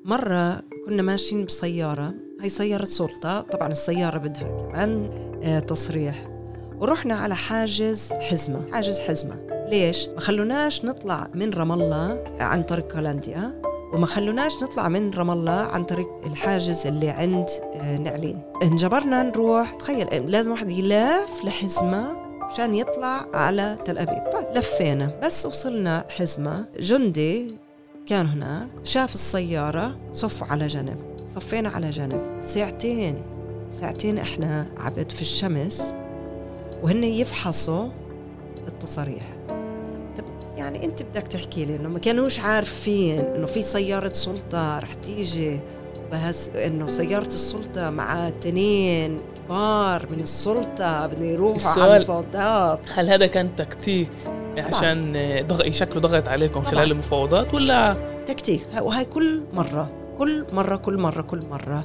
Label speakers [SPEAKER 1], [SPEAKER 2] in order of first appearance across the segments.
[SPEAKER 1] مرة كنا ماشيين بسيارة، هاي سيارة سلطة، طبعا السيارة بدها كمان تصريح، ورحنا على حاجز حزمة. ليش؟ ما خلوناش نطلع من رام الله عن طريق كولنديا، وما خلوناش نطلع من رام الله عن طريق الحاجز اللي عند نعلين. انجبرنا نروح، تخيل لازم واحد يلف لحزمة عشان يطلع على تل أبيب. طيب لفينا، بس وصلنا حزمة، جندي كان هناك شاف السيارة، صفوا على جنب، صفينا على جنب. ساعتين احنا عبد في الشمس وهن يفحصوا التصاريح. طب يعني انت بدك تحكي لي انه ما كانوش عارفين انه في سيارة سلطة رح تيجي، بس انه سيارة السلطة مع 2 كبار من السلطة بدنا يروحوا على المفاوضات؟
[SPEAKER 2] هل هذا كان تكتيك عشان شكله ضغط عليكم طبعاً خلال المفاوضات ولا
[SPEAKER 1] تكتيك؟ وهي كل مرة.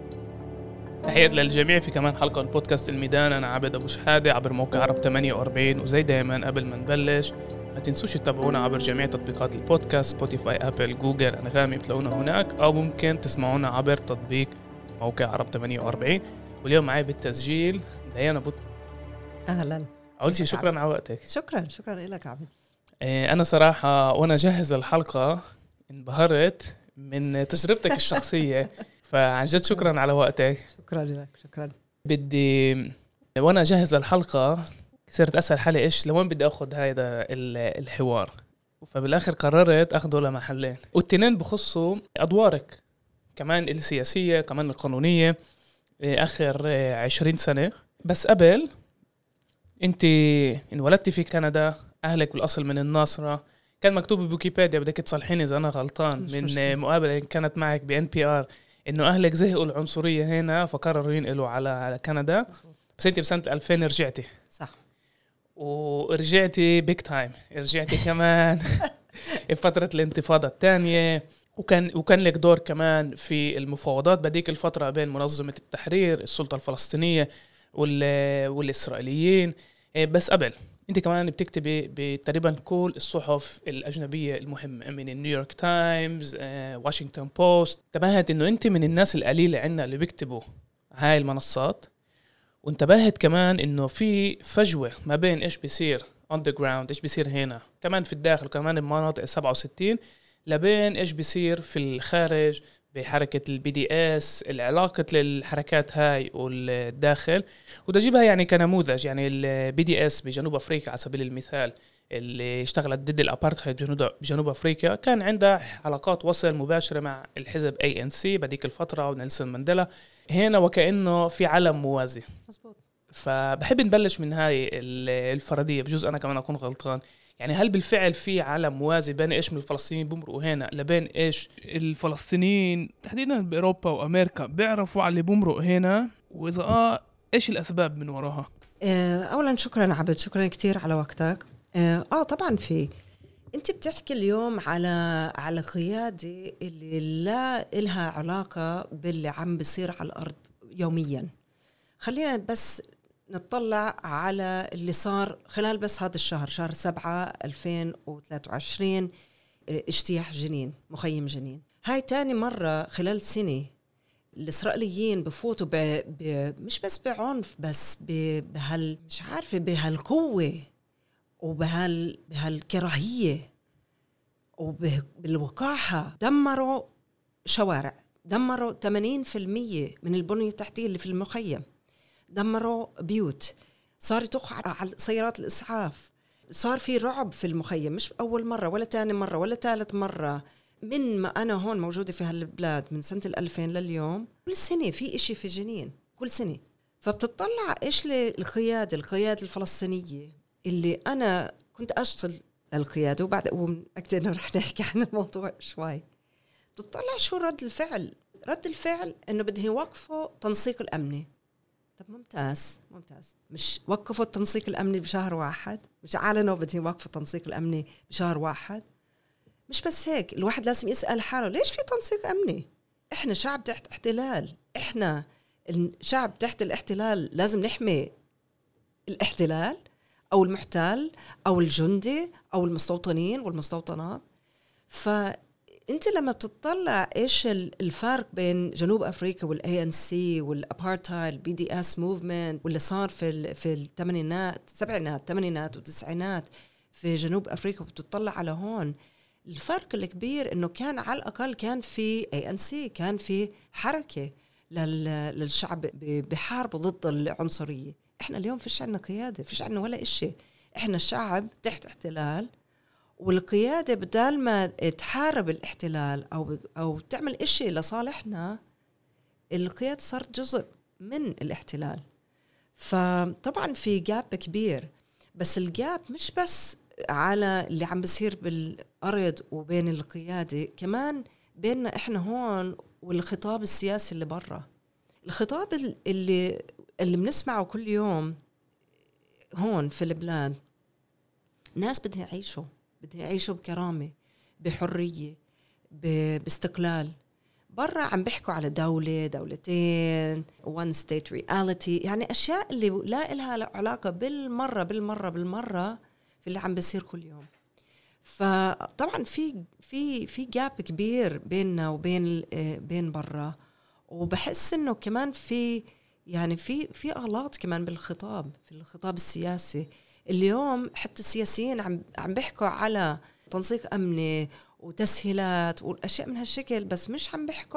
[SPEAKER 2] تحية للجميع في كمان حلقة من بودكاست الميدان. أنا عابد أبو شحادة عبر موقع عرب 48، وزي دايما قبل ما نبلش ما تنسوش تتابعونا عبر جميع تطبيقات البودكاست، سبوتيفاي، أبل، جوجل، أنغامي، بتلاقونا هناك، أو ممكن تسمعونا عبر تطبيق موقع عرب 48. واليوم معي بالتسجيل ديانا بوت.
[SPEAKER 1] أهلا.
[SPEAKER 2] أول شيء شكرا على وقتك.
[SPEAKER 1] شكرا لك عبد.
[SPEAKER 2] أنا صراحة وأنا جهز الحلقة انبهرت من تجربتك الشخصية فعن جد شكرا على وقتك.
[SPEAKER 1] شكرا لك.
[SPEAKER 2] بدي وانا جاهز الحلقة صرت اسأل حالي ايش لوين بدي اخذ هذا الحوار، فبالاخر قررت اخذه لمحلين، والتنين بخصوا ادوارك كمان السياسية كمان القانونية اخر 20 سنة. بس قبل انت انولدتي في كندا، اهلك بالاصل من الناصرة، كان مكتوب بويكيبيديا، بدك تصلحيني اذا انا غلطان، من مقابلة كانت معك بNPR انه اهلك زهقوا العنصريه هنا فقرروا ينقلوا على كندا. بس انت بسنه 2000 رجعتي.
[SPEAKER 1] صح.
[SPEAKER 2] ورجعتي بيج تايم، رجعتي كمان في فتره الانتفاضه الثانيه، وكان لك دور كمان في المفاوضات بديك الفتره بين منظمه التحرير، السلطه الفلسطينيه والاسرائيليين. بس قبل انت كمان بتكتبي بتقريبا كل الصحف الاجنبيه المهمه، من النيويورك تايمز، واشنطن بوست. انتبهت انه انت من الناس القليله عندنا اللي بيكتبوا هاي المنصات، وانتبهت كمان انه في فجوه ما بين ايش بيصير on the ground، ايش بيصير هنا كمان في الداخل كمان بمناطق 67، لبين ايش بيصير في الخارج بحركة الBDS، العلاقة للحركات هاي والداخل. وده جيبها يعني كنموذج، يعني الBDS بجنوب أفريقيا على سبيل المثال اللي اشتغلت ضد الأبارتهايد بجنوب أفريقيا، كان عندها علاقات وصل مباشرة مع الحزب ANC بديك الفترة ونيلسون مانديلا هنا، وكأنه في عالم موازي.
[SPEAKER 1] مظبوط.
[SPEAKER 2] فبحب نبلش من هاي الفردية، بجوز أنا كمان أكون غلطان، يعني هل بالفعل في عالم موازي بين إيش من الفلسطينيين بمرقوا هنا لبين إيش الفلسطينيين تحديدا بأوروبا وأمريكا بيعرفوا على اللي بمرق هنا، وإذا إيش الأسباب من وراها؟
[SPEAKER 1] أولا شكرا عبد، شكرا كتير على وقتك. طبعا في أنت بتحكي اليوم على قيادة اللي لا إلها علاقة باللي عم بيصير على الأرض يوميا. خلينا بس نطلع على اللي صار خلال بس هذا الشهر، شهر 7 2023، اجتياح جنين، مخيم جنين. هاي تاني مرة خلال سنة الإسرائيليين بفوتوا مش بس بعنف، بس مش عارفة بهالقوة بهالكراهية وبالوقاحة. دمروا شوارع، دمروا 80% من البنية التحتية اللي في المخيم، دمروا بيوت، صار يطخ على سيارات الإسعاف، صار في رعب في المخيم، مش أول مرة ولا تاني مرة ولا ثالث مرة. من ما أنا هون موجودة في هالبلاد من سنة 2000 لليوم، كل سنة في إشي في جنين، كل سنة. فبتطلع إيش القيادة الفلسطينية اللي أنا كنت أشتغل للقيادة، وبعد أكتر رح نحكي عن الموضوع شوي. بتطلع شو رد الفعل إنه بدهم يوقفوا تنسيق الأمني. طب ممتاز، مش وقفوا التنسيق الأمني بشهر واحد، مش أعلنوا بدهم يوقفوا التنسيق الأمني بشهر واحد. مش بس هيك، الواحد لازم يسأل حاله ليش في تنسيق أمني؟ إحنا شعب تحت احتلال، إحنا الشعب تحت الاحتلال، لازم نحمي الاحتلال أو المحتل أو الجندي أو المستوطنين والمستوطنات. انت لما بتطلع ايش الفرق بين جنوب افريقيا والANC والابارتايد BDS موفمنت واللي صار في الثمانينات السبعينات الثمانينات والتسعينات في جنوب افريقيا، وبتطلع على هون الفرق الكبير انه كان على الاقل كان في ANC، كان في حركه للشعب بحاربوا ضد العنصريه. احنا اليوم فيش عندنا قياده، فيش عندنا ولا إشي. احنا الشعب تحت احتلال، والقيادة بدال ما تحارب الاحتلال أو تعمل إشي لصالحنا، القيادة صارت جزء من الاحتلال. فطبعا في جاب كبير، بس الجاب مش بس على اللي عم بصير بالأرض وبين القيادة، كمان بيننا إحنا هون والخطاب السياسي اللي برا. الخطاب اللي بنسمعه كل يوم هون في البلاد، ناس بدهم يعيشوا بكرامة، بحرية، باستقلال. برا عم بيحكوا على دولة دولتين one state reality، يعني أشياء اللي لا إلها علاقة بالمرة في اللي عم بيصير كل يوم. فطبعا في جاب كبير بيننا وبين برا، وبحس إنه كمان في أغلاط كمان في الخطاب السياسي. اليوم حتى السياسيين عم بيحكوا على تنسيق أمني وتسهيلات والأشياء من هالشكل، بس مش عم بيحكوا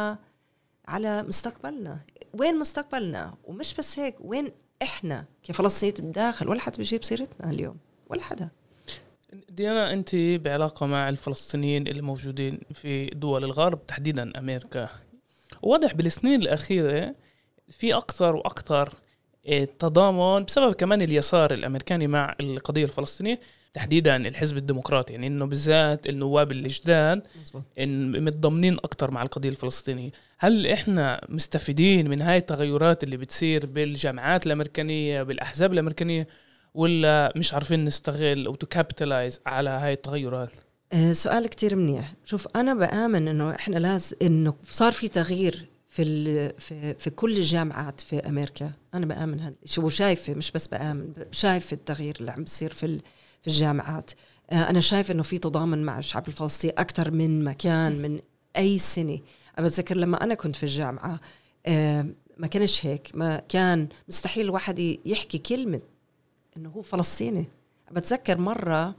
[SPEAKER 1] على مستقبلنا. وين مستقبلنا؟ ومش بس هيك، وين إحنا كفلسطينيين الداخل؟ ولا حد بيجيب سيرتنا اليوم، ولا حدا.
[SPEAKER 2] ديانا، أنت بعلاقة مع الفلسطينيين اللي موجودين في دول الغرب تحديدا أمريكا، واضح بالسنين الأخيرة في أكثر وأكثر تضامن بسبب كمان اليسار الأمريكاني مع القضية الفلسطينية، تحديدا الحزب الديمقراطي، يعني إنه بالذات النواب الجداد إن متضمنين أكتر مع القضية الفلسطينية. هل إحنا مستفيدين من هاي التغيرات اللي بتصير بالجامعات الأمريكانية بالأحزاب الأمريكانية، ولا مش عارفين نستغل أو تكابيتالايز على هاي التغيرات؟
[SPEAKER 1] سؤال كتير منيح. شوف، أنا بآمن إنه إحنا لازم إنه صار في تغيير في كل الجامعات في أمريكا. أنا بآمن هذا الشيء، وشايفة، مش بس بآمن، شايف التغيير اللي عم بيصير في الجامعات. أنا شايف إنه في تضامن مع الشعب الفلسطيني أكتر من ما كان من أي سنة. أنا بتذكر لما أنا كنت في الجامعة ما كانش هيك، ما كان مستحيل الواحد يحكي كلمة إنه هو فلسطيني. بتذكر مرة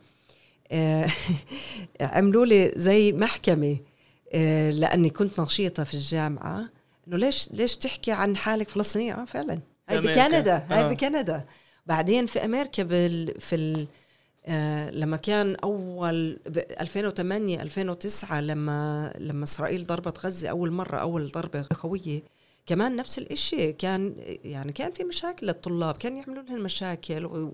[SPEAKER 1] عملوا لي زي محكمة لأني كنت نشيطة في الجامعة، إنه ليش تحكي عن حالك فلسطينية؟ فعلا هاي بكندا، هاي بكندا. بعدين في أمريكا لما كان أول 2008 2009 لما إسرائيل ضربت غزة أول ضربة قوية، كمان نفس الإشي. كان في مشاكل للطلاب، كان يعملوا لهم مشاكل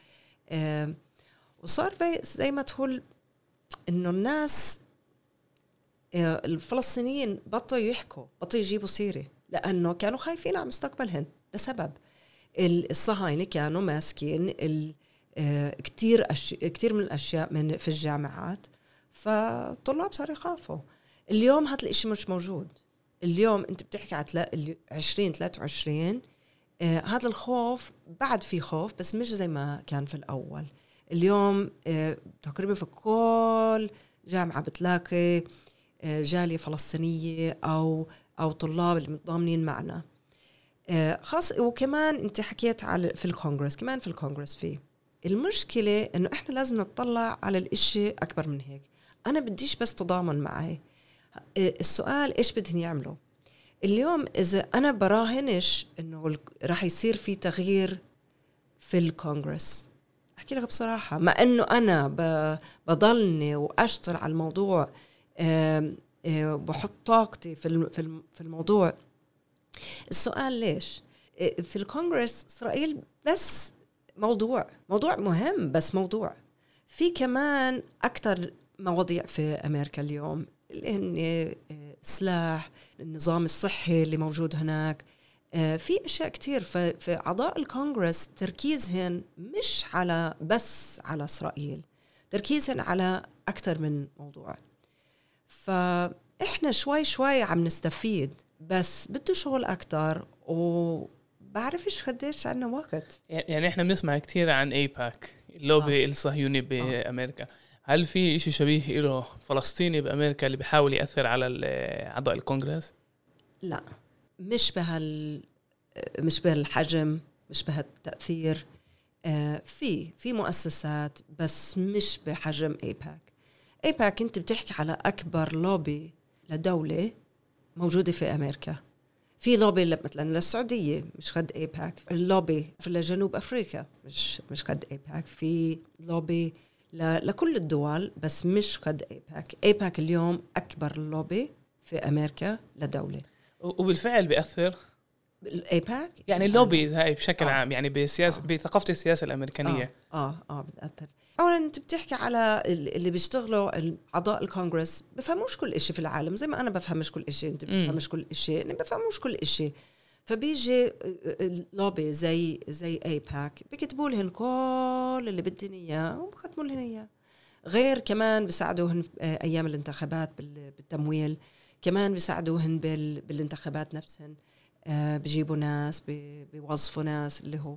[SPEAKER 1] وصار زي ما تقول إنه الناس الفلسطينيين بطوا يحكوا، بطوا يجيبوا سيرة، لأنه كانوا خايفين على مستقبلهم لسبب الصهاينة كانوا ماسكين كتير من الأشياء في الجامعات، فالطلاب صاروا يخافوا. اليوم هذا الإشي مش موجود. اليوم أنت بتحكي على 2023 هذا الخوف، بعد في خوف بس مش زي ما كان في الأول. اليوم تقريبا في كل جامعة بتلاقي جالية فلسطينية أو طلاب اللي متضامنين معنا خاص. وكمان أنت حكيت في الكونغرس، كمان في الكونغرس فيه المشكلة إنه إحنا لازم نطلع على الإشي أكبر من هيك. أنا بديش بس تضامن معي. السؤال إيش بدهم يعملوا اليوم؟ إذا أنا براهنش إنه راح يصير في تغيير في الكونغرس، أحكي لك بصراحة، مع إنه أنا بضلني وأشتغل على الموضوع، بحط طاقتي في الموضوع. السؤال ليش في الكونغرس إسرائيل بس موضوع مهم، بس موضوع. في كمان أكتر مواضيع في أمريكا اليوم اللي هن سلاح، النظام الصحي اللي موجود هناك، في أشياء كتير. في أعضاء الكونغرس تركيزهن مش بس على إسرائيل، تركيزهن على أكتر من موضوع. فإحنا شوي عم نستفيد، بس بده شغل أكتر، وبعرفش قديش عنا وقت.
[SPEAKER 2] يعني إحنا بنسمع كتير عن AIPAC، اللوبي الصهيوني بأمريكا. هل في إشي شبيه له فلسطيني بأمريكا اللي بيحاول يأثر على أعضاء الكونغرس؟
[SPEAKER 1] لا، مش بهالحجم، مش بهالتأثير. في مؤسسات بس مش بحجم ايباك. انت بتحكي على اكبر لوبي لدولة موجودة في امريكا. في لوبي مثلا للسعودية مش قد ايباك، اللوبي في لجنوب افريقيا مش قد ايباك، في لوبي لكل الدول بس مش قد ايباك اليوم اكبر لوبي في امريكا لدولة،
[SPEAKER 2] وبالفعل بيأثر
[SPEAKER 1] الايباك
[SPEAKER 2] يعني اللوبيز هاي بشكل عام، يعني بثقافة السياسة الأمريكانية.
[SPEAKER 1] بتأثر. أولا أنت بتحكي على اللي بيشتغلوا أعضاء الكونغرس بفهموش كل إشي في العالم، زي ما أنا بفهمش كل إشي، أنت بفهمش كل إشي، أنا بفهموش كل إشي. فبيجي اللوبي زي ايباك بيكتبوا لهن كل اللي بدهن إياه وبختموا لهن إياه. غير كمان بيساعدوهن أيام الانتخابات بالتمويل، كمان بيساعدوهن بالانتخابات نفسهن، بيجيبوا ناس، بيوظفوا ناس اللي هو.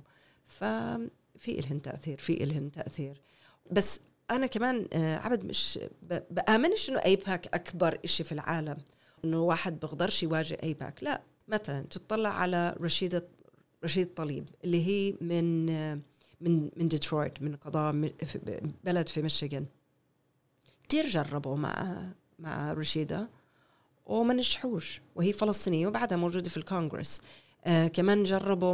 [SPEAKER 1] ففي إلهن تأثير. بس أنا كمان عبد مش بآمنش إنه ايباك أكبر إشي في العالم، إنه واحد بقدرش يواجه ايباك. لا، مثلا تطلع على رشيد طليب اللي هي من ديترويت، من قضاء بلد في ميشيغان. كتير جربوا مع رشيدة وما نجحوش، وهي فلسطينية وبعدها موجودة في الكونغرس. كمان جربوا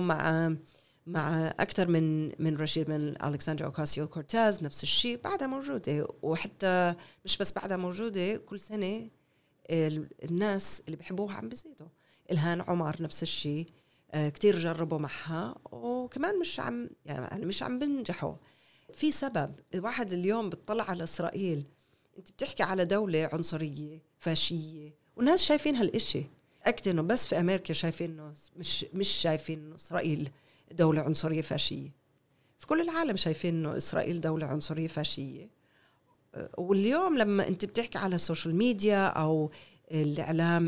[SPEAKER 1] مع أكثر من رشيد، من ألكسندر أوكاسيو كورتاز، نفس الشيء بعدها موجودة. وحتى مش بس بعدها موجودة، كل سنة الناس اللي بيحبوها عم بيزيدوا. إلهان عمر نفس الشيء، كتير جربوا معها وكمان مش عم بنجحوا. في سبب. الواحد اليوم بتطلع على إسرائيل، أنت بتحكي على دولة عنصرية فاشية والناس شايفين هالإشي. أكد إنه بس في أمريكا شايفين إنه مش شايفين إنه إسرائيل دولة عنصرية فاشية. في كل العالم شايفين إنه إسرائيل دولة عنصرية فاشية. واليوم لما أنت بتحكي على السوشيال ميديا أو الإعلام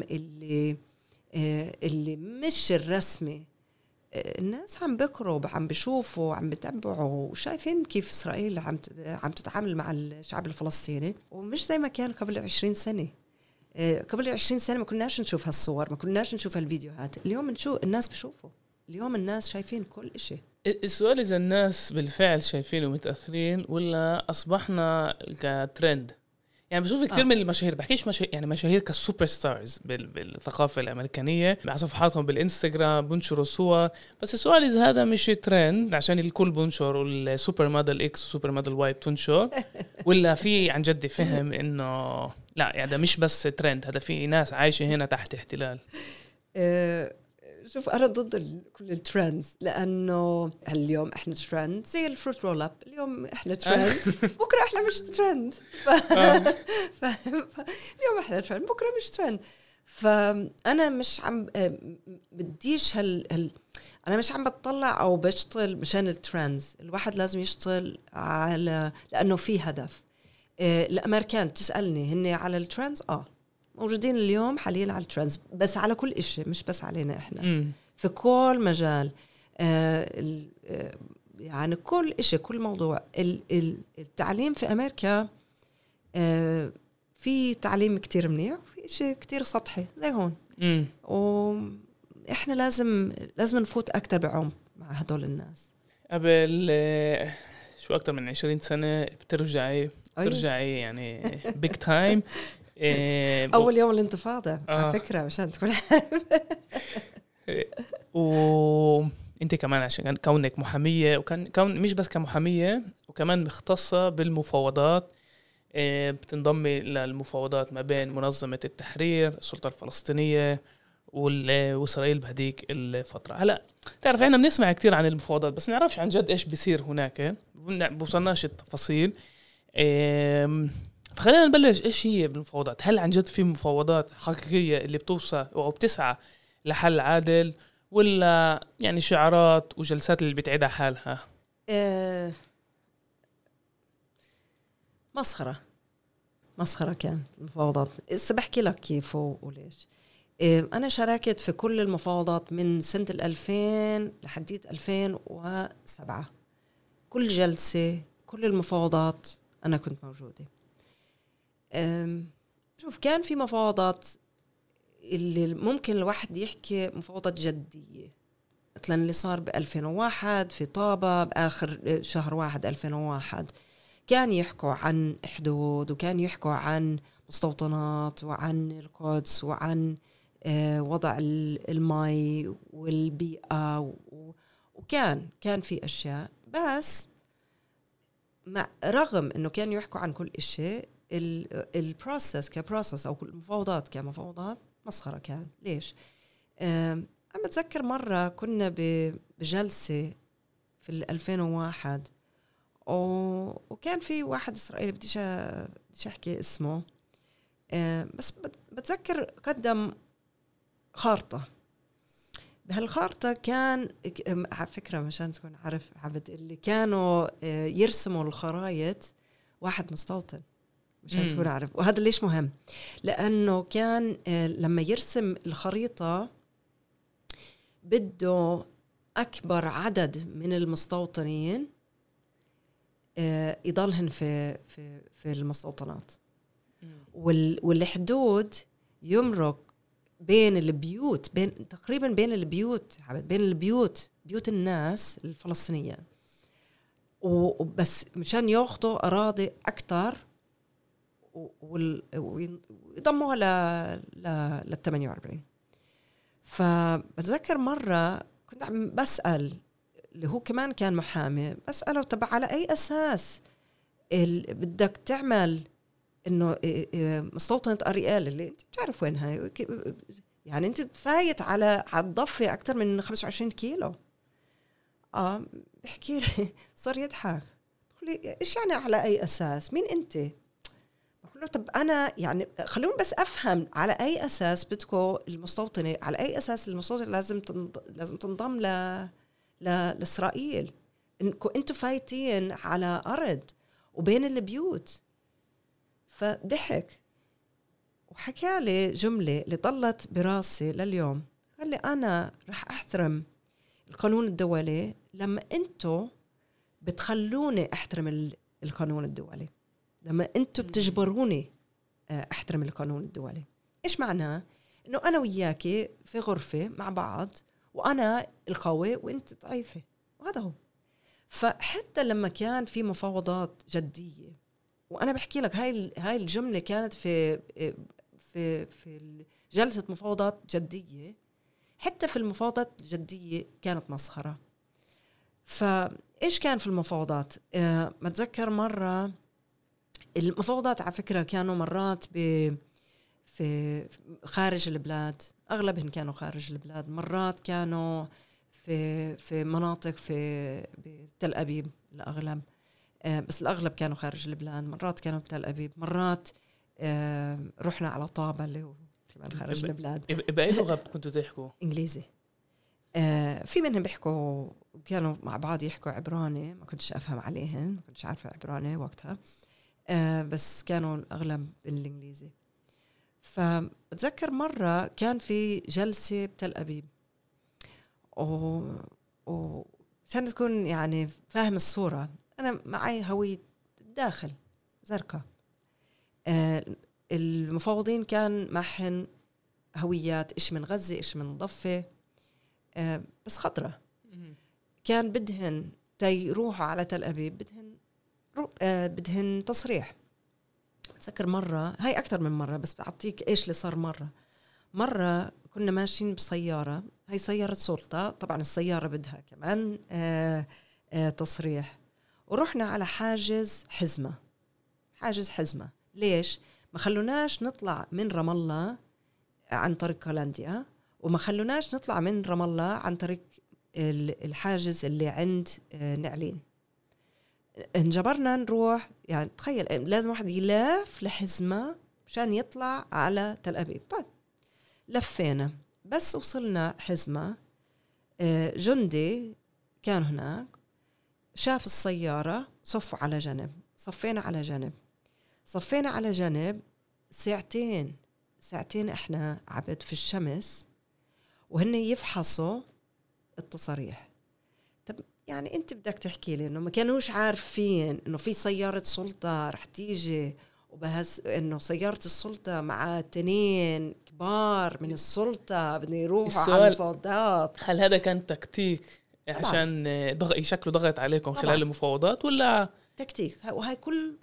[SPEAKER 1] اللي مش الرسمي، الناس عم بقروا، عم بيشوفوا، عم بتابعوا وشايفين كيف إسرائيل عم تتعامل مع الشعب الفلسطيني. ومش زي ما كان قبل 20 سنة. قبل 20 سنة ما كناش نشوف هالصور، ما كناش نشوف هالفيديوهات. اليوم الناس بشوفوا، اليوم الناس شايفين كل إشي.
[SPEAKER 2] السؤال إذا الناس بالفعل شايفين ومتأثرين ولا أصبحنا كترند. يعني بشوف كتير من المشاهير، بحكيش يعني مشاهير كالسوبر ستارز بالثقافة الأمريكانية، مع صفحاتهم بالإنستغرام بنشروا صور. بس السؤال إذا هذا مش ترند عشان الكل بنشر، والسوبر موديل إكس وسوبر موديل واي بتنشر، ولا في عن جد فهم إنه لا، يعني ده مش بس ترند، هذا في ناس عايشة هنا تحت احتلال.
[SPEAKER 1] شوف، أنا ضد كل الترندز، لأنه اليوم إحنا ترند زي الفروت رول أب. اليوم إحنا ترند، بكرة إحنا مش ترند. اليوم إحنا ترند، بكرة مش ترند. فأنا مش عم بديش أنا مش عم بتطلع أو بشتغل مشان الترندز. الواحد لازم يشتغل لأنه في هدف. الأمريكان تسألني هن على الترندز، موجودين اليوم حاليا على الترندز، بس على كل إشي، مش بس علينا إحنا. في كل مجال، يعني كل إشي، كل موضوع. التعليم في أمريكا في تعليم كتير منيح وفي إشي كتير سطحي زي هون. وإحنا لازم نفوت أكتر بعمق مع هدول الناس.
[SPEAKER 2] قبل شو أكتر من 20 سنة بترجعي يعني بيج تايم.
[SPEAKER 1] أول يوم الانتفاضة على فكرة، مشان تكون عارف.
[SPEAKER 2] وانت كمان عشان كونك محامية، كون مش بس كمحامية، وكمان مختصة بالمفاوضات، بتنضمي للمفاوضات ما بين منظمة التحرير، السلطة الفلسطينية وإسرائيل بهديك الفترة. هلا تعرف احنا بنسمع كتير عن المفاوضات بس ما نعرفش عن جد ايش بيصير هناك، بوصلناش التفاصيل. فخلينا نبلش. ايش هي بالمفاوضات؟ هل عن جد في مفاوضات حقيقية اللي بتوصل او بتسعى لحل عادل، ولا يعني شعارات وجلسات اللي بتعيدها حالها؟
[SPEAKER 1] مسخرة كان المفاوضات. بحكي لك كيف وليش. أنا شاركت في كل المفاوضات من سنة 2000 لحديت 2007. كل جلسة، كل المفاوضات أنا كنت موجودة. شوف، كان في مفاوضات اللي ممكن الواحد يحكي مفاوضات جدية، مثلا اللي صار ب2001 في طابة بآخر شهر 1 2001. كان يحكوا عن حدود، وكان يحكوا عن مستوطنات، وعن القدس، وعن وضع الماء والبيئة، وكان في أشياء. بس رغم أنه كان يحكوا عن كل شيء، البروسس كبروسس أو المفاوضات كمفاوضات مسخرة. كان ليش؟ أنا أتذكر مرة كنا بجلسة في 2001، وكان في واحد إسرائيلي بديش أحكي اسمه، بس بتذكر قدم خارطة. بهالخارطة كان على فكرة مشان تكون عارف عبد، اللي كانوا يرسموا الخرايط واحد مستوطن، مشان تكون عارف. وهذا ليش مهم؟ لأنه كان لما يرسم الخريطة بده أكبر عدد من المستوطنين يضلهن في المستوطنات، والحدود يمرق بين البيوت، تقريبا بين البيوت، بيوت الناس الفلسطينيين، وبس مشان ياخذوا أراضي أكتر ويضموها لل 48. فبتذكر مرة كنت عم بسأل اللي هو كمان كان محامي، بسأله طب على أي أساس بدك تعمل إنه مستوطنة أريال اللي أنت بتعرف وينها، يعني أنت فايت على الضفة أكتر من 25 كيلو. بحكي لي صار يضحك، بقول لي إيش يعني على أي أساس؟ مين أنت؟ بقول له طب أنا يعني خلوني بس أفهم على أي أساس بدكم المستوطنة، على أي أساس المستوطنة لازم تنضم لإسرائيل؟ إنكم أنتوا فايتين على أرض وبين البيوت. فضحك وحكى لي جملة اللي ضلت براسي لليوم. قال لي أنا رح أحترم القانون الدولي لما أنتوا بتخلوني أحترم القانون الدولي، لما أنتوا بتجبروني أحترم القانون الدولي. إيش معناه؟ إنه أنا وياكي في غرفة مع بعض، وأنا القوي وأنت ضعيفة، وهذا هو. فحتى لما كان في مفاوضات جدية، وأنا بحكي لك هاي الجملة كانت في جلسة مفاوضات جدية، حتى في المفاوضات الجدية كانت مسخرة. فإيش كان في المفاوضات؟ ما أتذكر مرة المفاوضات على فكرة كانوا مرات في خارج البلاد، أغلبهم كانوا خارج البلاد، مرات كانوا في مناطق بتل أبيب الأغلب، بس الأغلب كانوا خارج البلاد. مرات كانوا بتل أبيب، مرات رحنا على طابة اللي هو كمان خارج البلاد.
[SPEAKER 2] بأي لغة كنتوا تحكوا؟
[SPEAKER 1] إنجليزي. في منهم بيحكوا، كانوا مع بعض يحكوا عبراني، ما كنتش أفهم عليهم، ما كنتش عارفة عبراني وقتها، بس كانوا الأغلب بالإنجليزي. فبتذكر مرة كان في جلسة بتل أبيب، عشان تكون يعني فاهم الصورة، أنا معي هوية داخل زرقاء، المفاوضين كان معهن هويات، إيش من غزة إيش من ضفة، بس خضرة. كان بدهن يروحوا على تل أبيب، بدهن تصريح. أتذكر مرة، هاي أكتر من مرة، بس بعطيك إيش اللي صار. مرة كنا ماشيين بسيارة، هاي سيارة سلطة، طبعا السيارة بدها كمان تصريح، ورحنا على حاجز حزمة. ليش؟ ما خلوناش نطلع من رام الله عن طريق كولنديا، وما خلوناش نطلع من رام الله عن طريق الحاجز اللي عند نعلين. انجبرنا نروح، يعني تخيل لازم واحد يلف لحزمة مشان يطلع على تل أبيب. طيب لفينا، بس وصلنا حزمة، جندي كان هناك شاف السيارة، صفوا على جنب، صفينا على جنب ساعتين احنا عبد في الشمس، وهن يفحصوا التصاريح. طب يعني أنت بدك تحكي لي إنه ما كانوش عارفين إنه في سيارة سلطة رح تيجي، وبهز إنه سيارة السلطة مع 2 كبار من السلطة بدنا يروحوا على المفاوضات.
[SPEAKER 2] هل هذا كان تكتيك عشان يشكلوا ضغط عليكم
[SPEAKER 1] طبعاً.
[SPEAKER 2] خلال المفاوضات ولا
[SPEAKER 1] تكتيك؟ وهي كل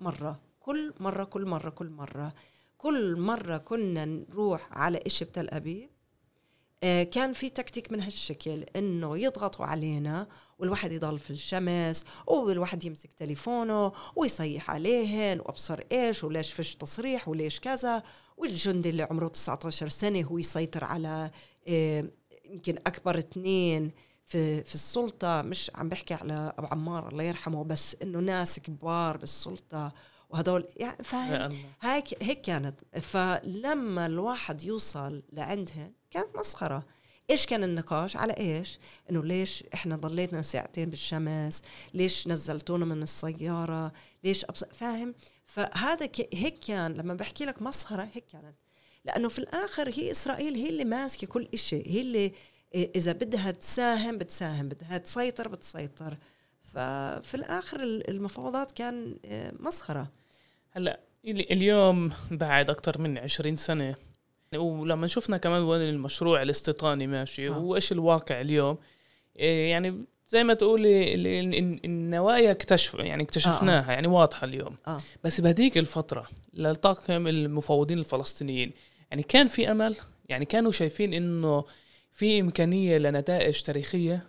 [SPEAKER 1] مرة كنا نروح على إشي بتل أبيب كان في تكتيك من هالشكل، إنه يضغطوا علينا والواحد يضل في الشمس، والواحد يمسك تليفونه ويصيح عليهن وأبصر إيش وليش فيش تصريح وليش كذا، والجندي اللي عمره 19 سنة هو يسيطر على يمكن أكبر 2 في السلطة. مش عم بحكي على أبو عمار الله يرحمه، بس إنه ناس كبار بالسلطة وهدول يعني فاهم. هيك كانت. فلما الواحد يوصل لعندهن كانت مسخرة. إيش كان النقاش على إيش؟ إنه ليش إحنا ضليتنا 2 ساعة بالشمس، ليش نزلتونا من السيارة، ليش فاهم. فهذا هيك كان. لما بحكي لك مسخرة هيك كانت، لأنه في الآخر هي إسرائيل هي اللي ماسكة كل إشي، هي اللي إذا بدها تساهم بتساهم، بدها تسيطر بتسيطر. ففي الآخر المفاوضات كان مسخرة.
[SPEAKER 2] هلأ اليوم بعد أكتر من 20 سنة، ولما شفنا كمان وين المشروع الاستيطاني ماشي وإيش الواقع اليوم، يعني زي ما تقولي النوايا اكتشفناها يعني واضحة اليوم. بس بهديك الفترة للطاقم المفاوضين الفلسطينيين يعني كان في أمل، يعني كانوا شايفين إنه في إمكانية لنتائج تاريخية.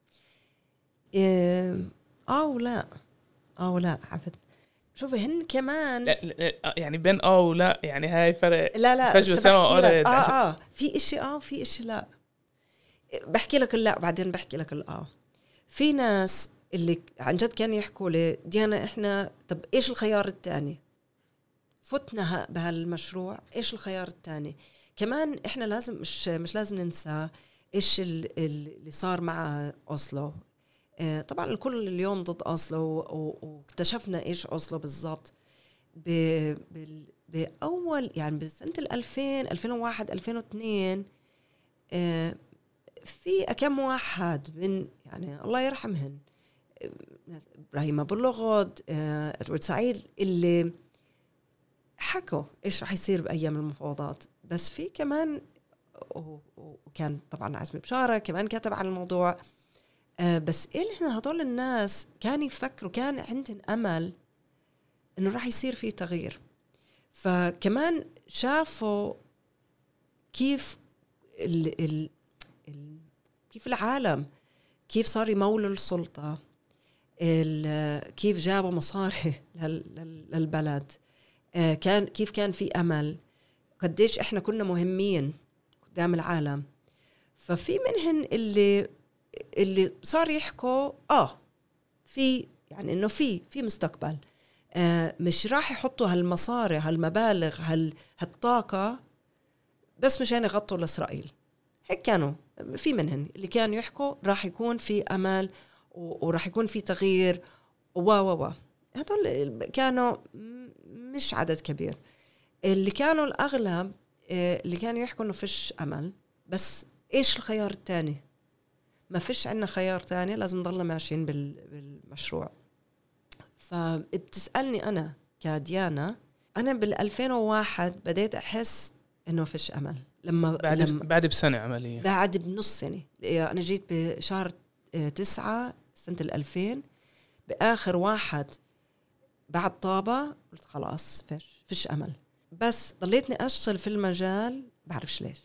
[SPEAKER 1] ولا عبد شوفي هن كمان
[SPEAKER 2] لا يعني بين ولا يعني هاي فرق.
[SPEAKER 1] لا في إشي في إشي لا. بحكي لك لا بعدين بحكي لك في ناس اللي عن جد كانوا يحكوا لي ديانا إحنا طب إيش الخيار الثاني؟ فتنا بهالمشروع إيش الخيار الثاني؟ كمان إحنا لازم مش لازم ننسى إيش اللي صار مع أوسلو. طبعا الكل اليوم ضد أوسلو، واكتشفنا إيش أوسلو بالضبط بأول يعني بسنة 2000 2001 2002. في كم واحد من يعني الله يرحمهن، إبراهيم أبو اللغد، إدوارد سعيد، اللي حكوا إيش رح يصير بأيام المفاوضات. بس في كمان وكان طبعا عزمي بشارة كمان كتب على الموضوع. بس إحنا هدول الناس كانوا يفكروا، كان عندهم أمل إنه راح يصير في تغيير. فكمان شافوا كيف كيف العالم كيف صار يمولوا السلطة، كيف جابوا مصاري للبلد، كيف كان في أمل، قديش إحنا كنا مهمين قدام العالم. ففي منهن اللي صار يحكوا في يعني إنه في مستقبل، مش راح يحطوا هالمصاري هالمبالغ هالطاقة بس مشان يغطوا لإسرائيل. هيك كانوا في منهن اللي كانوا يحكوا راح يكون في أمل وراح يكون في تغيير هدول كانوا مش عدد كبير. اللي كانوا الأغلب اللي كانوا يحكوا إنه فيش أمل، بس إيش الخيار الثاني؟ ما فيش عنا خيار تاني، لازم نضلنا ماشيين بالمشروع. فبتسألني أنا كديانا، أنا بال2001 بديت أحس إنه فيش أمل.
[SPEAKER 2] بعد بسنة عملية،
[SPEAKER 1] بعد بنص سنة. أنا جيت بشهر 9 سنة 2000 بآخر 1 بعد طابة، قلت خلاص فيش أمل. بس ضليتني أشتغل في المجال، بعرفش ليش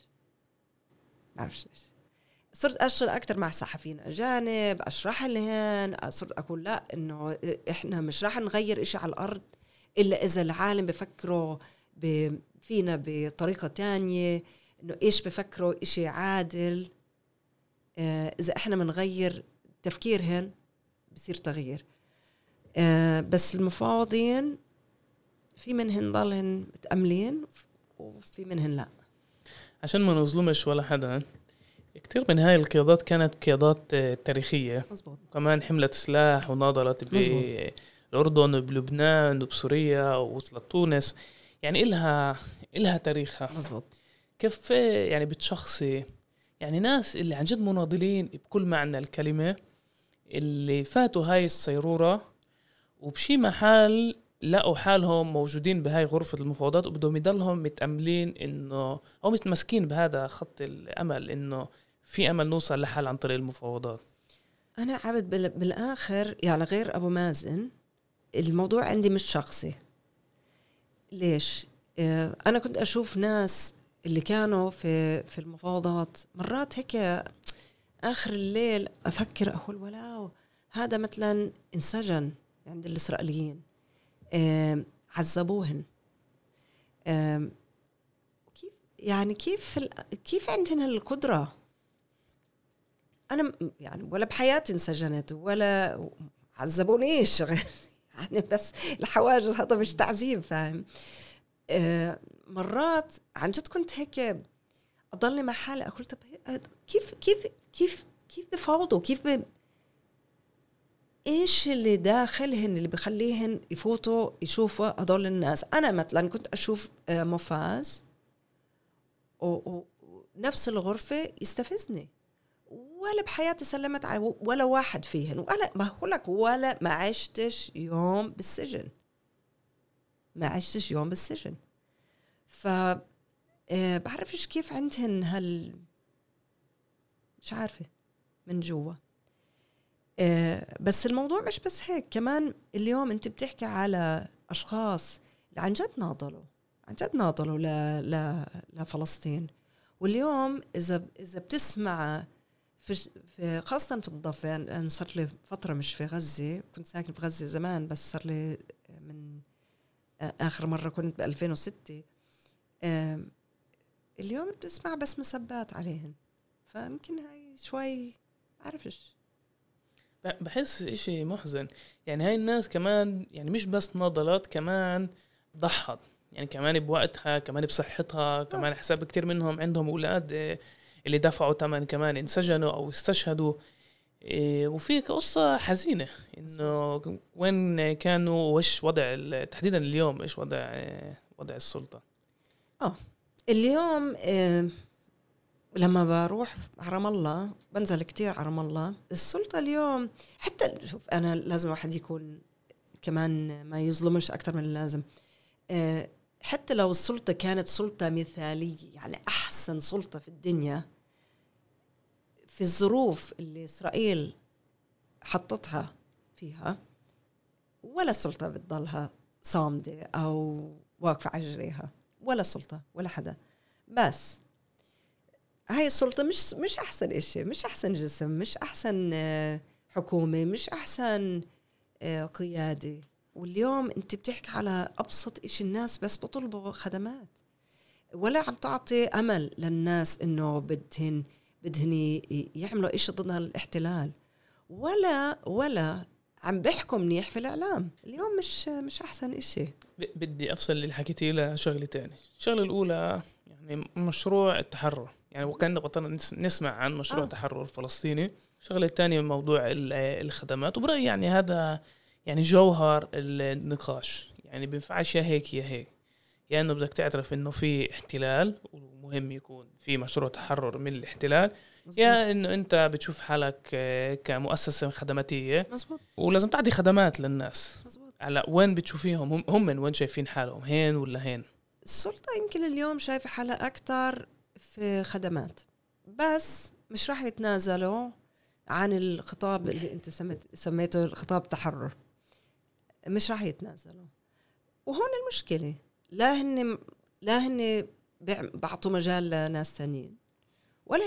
[SPEAKER 1] صرت أشتغل أكتر مع صحفيين أجانب، أشرح لهن، صرت أقول لا إنه إحنا مش راح نغير إشي على الأرض إلا إذا العالم بفكروا فينا بطريقة تانية، إنه إيش بفكروا إشي عادل. إذا إحنا منغير تفكيرهن بصير تغيير. بس المفاوضين في منهن ضلهن متأملين وفي منهن لا.
[SPEAKER 2] عشان ما نظلمش ولا حدا، كتير من هاي القيادات كانت قيادات تاريخية.
[SPEAKER 1] مزبوط.
[SPEAKER 2] كمان حملت سلاح وناضلت بالأردن وبلبنان وبسوريا ووصلت تونس، يعني إلها تاريخها.
[SPEAKER 1] مزبوط.
[SPEAKER 2] كيف يعني بتشخصي يعني ناس اللي عن جد مناضلين بكل معنى الكلمة، اللي فاتوا هاي الصيرورة وبشي محل لقوا حالهم موجودين بهاي غرفة المفاوضات وبدهم يضلهم متأملين إنه أو متمسكين بهذا خط الأمل إنه في أمل نوصل لحل عن طريق المفاوضات.
[SPEAKER 1] أنا عبد بالآخر يعني غير أبو مازن الموضوع عندي مش شخصي. ليش؟ أنا كنت أشوف ناس اللي كانوا في المفاوضات مرات هيك آخر الليل أفكر أقول ولاو هذا مثلا انسجن عند الإسرائيليين، عذبوهن، كيف يعني كيف عندهن القدرة؟ أنا يعني ولا بحياتي انسجنت ولا عذبونيش يعني بس الحواجز هذا مش تعذيب، فاهم؟ مرات عن جد كنت هيك أضلني مع حالي أقول طب كيف بفاوضوا؟ إيش اللي داخلهن اللي بخليهن يفوتوا يشوفوا هدول الناس؟ أنا مثلا كنت أشوف مفاز ونفس الغرفة يستفزني، ولا بحياتي سلمت على ولا واحد فيهن، وأنا بقول لك ولا ما عشتش يوم بالسجن، بعرفش كيف عندهن مش عارفة من جوا. بس الموضوع مش بس هيك، كمان اليوم انت بتحكي على أشخاص اللي عن جد ناضلوا لفلسطين. واليوم إذا بتسمع في خاصة في الضفة، أنا صار لي فترة مش في غزة، كنت ساكن في غزة زمان بس صار لي من آخر مرة كنت ب2006. اليوم بتسمع بس مسبات عليهم، فممكن هاي شوي عارفش،
[SPEAKER 2] بحس إشي محزن. يعني هاي الناس كمان يعني مش بس ناضلات، كمان ضحت، يعني كمان بوقتها، كمان بصحتها، كمان حساب كتير منهم عندهم أولاد اللي دفعوا ثمن كمان انسجنوا أو استشهدوا. وفي قصة حزينة إنه وين كانوا وش وضع تحديدا اليوم، إيش وضع السلطة.
[SPEAKER 1] اليوم لما بروح رام الله بنزل كتير على رام الله. السلطة اليوم حتى شوف أنا لازم واحد يكون كمان ما يظلمش أكتر من اللازم. حتى لو السلطة كانت سلطة مثالية، يعني أحسن سلطة في الدنيا، في الظروف اللي إسرائيل حطتها فيها، ولا السلطة بتضلها صامدة أو واقفة على رجليها، ولا سلطة ولا حدا. بس هاي السلطة مش أحسن إشي، مش أحسن جسم، مش أحسن حكومة، مش أحسن قيادة. واليوم أنت بتحكي على أبسط إشي، الناس بس بطلبوا خدمات، ولا عم تعطي أمل للناس إنه بدهن يعملوا إشي ضد الاحتلال، ولا عم بيحكوا منيح في الإعلام. اليوم مش أحسن إشي.
[SPEAKER 2] بدي أفصل اللي حكيتي له شغلة تاني. الشغلة الأولى يعني مشروع التحرر، يعني وكان بطلنا نسمع عن مشروع التحرر الفلسطيني. الشغلة الثانية موضوع الخدمات، وبرأيي يعني هذا يعني جوهر النقاش. يعني بينفعش يا هيك يا هيك، يعني إنه بدك تعترف إنه في احتلال ومهم يكون في مشروع تحرر من الاحتلال، يا إنه أنت بتشوف حالك كمؤسسة خدماتية.
[SPEAKER 1] مزبوط.
[SPEAKER 2] ولازم تعطي خدمات للناس. مزبوط. على وين بتشوفيهم هم من وين شايفين حالهم، هين ولا هين؟ السلطة
[SPEAKER 1] يمكن اليوم شايفة حالها أكتر في خدمات، بس مش راح يتنازلوا عن الخطاب اللي أنت سميته الخطاب تحرر، مش راح يتنازلوا. وهون المشكلة، لا هن بعطوا مجال لناس تانيين، ولا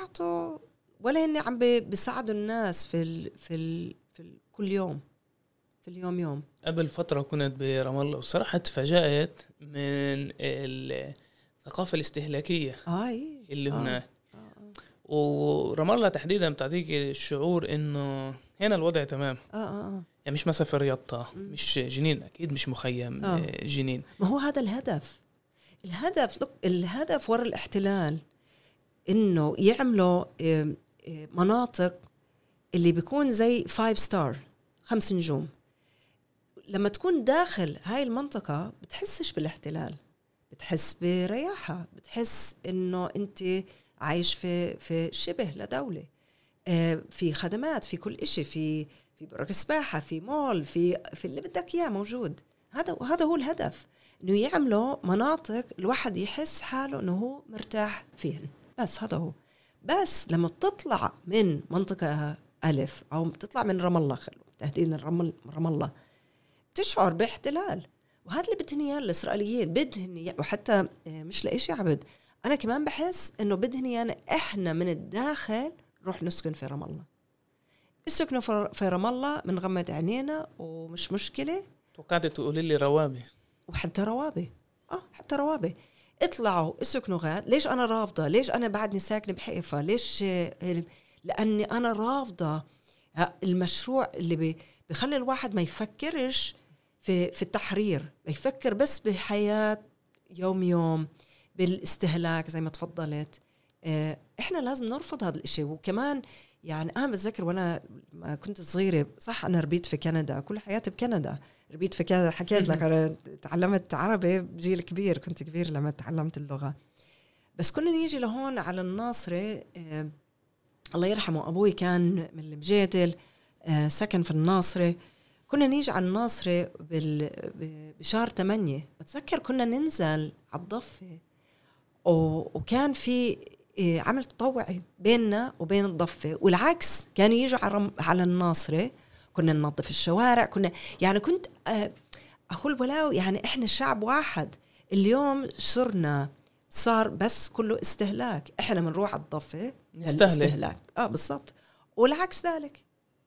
[SPEAKER 1] هن عم بيساعدوا الناس في كل يوم، في اليوم.
[SPEAKER 2] قبل فترة كنت برام الله وصراحة تفاجأت من الثقافة الاستهلاكية اللي هنا. ورام الله تحديدا بتعطيك الشعور انه هنا الوضع تمام. يعني مش مثلا في رياضة، مش جنين، اكيد مش مخيم جنين.
[SPEAKER 1] ما هو هذا الهدف وراء الاحتلال، انه يعملوا مناطق اللي بيكون زي 5 ستار 5 نجوم. لما تكون داخل هاي المنطقة بتحسش بالاحتلال، بتحس برياحة، بتحس انه انت عايش في شبه لدولة. في خدمات، في كل إشي، في برك سباحة، في مول، في اللي بدك إياه موجود. هذا هو الهدف، إنه يعملوا مناطق الواحد يحس حاله إنه هو مرتاح فيهن. بس هذا هو. بس لما تطلع من منطقة ألف أو تطلع من رام الله، تحديدا رام الله، تشعر باحتلال. وهذا اللي بدهن إياه الإسرائيليين، بدهن وحتى مش لإشي عبد، أنا كمان بحس إنه بدهن إيانا إحنا من الداخل نروح نسكن في رام الله. اسكنوا في رام الله من غمد عينينا ومش مشكلة.
[SPEAKER 2] توقعت تقولي لي روابي،
[SPEAKER 1] وحتى روابي حتى روابي اطلعوا اسكنوا غاد. ليش أنا رافضة؟ ليش أنا بعدني ساكنة بحيفا؟ ليش؟ لأني أنا رافضة المشروع اللي بيخلي الواحد ما يفكرش في التحرير، ما يفكر بس بحياة يوم بالاستهلاك زي ما تفضلت. إحنا لازم نرفض هذا الإشي. وكمان يعني أنا بتذكر وأنا ما كنت صغيرة، صح أنا ربيت في كندا، كل حياتي بكندا ربيت في كندا. حكيت لك أنا تعلمت عربي بجيل كبير، كنت كبير لما تعلمت اللغة. بس كنا نيجي لهون على الناصرة، الله يرحمه أبوي كان من المجادل، سكن في الناصرة. كنا نيجي على الناصرة بشهر 8. بتذكر كنا ننزل على الضفة، وكان في عمل تطوعي بيننا وبين الضفة، والعكس كانوا يجوا على الناصرة. كنا ننظف الشوارع، كنا يعني كنت أقول ولاو يعني إحنا الشعب واحد. اليوم صار بس كله استهلاك. إحنا بنروح على الضفة استهلاك. بالضبط. والعكس ذلك.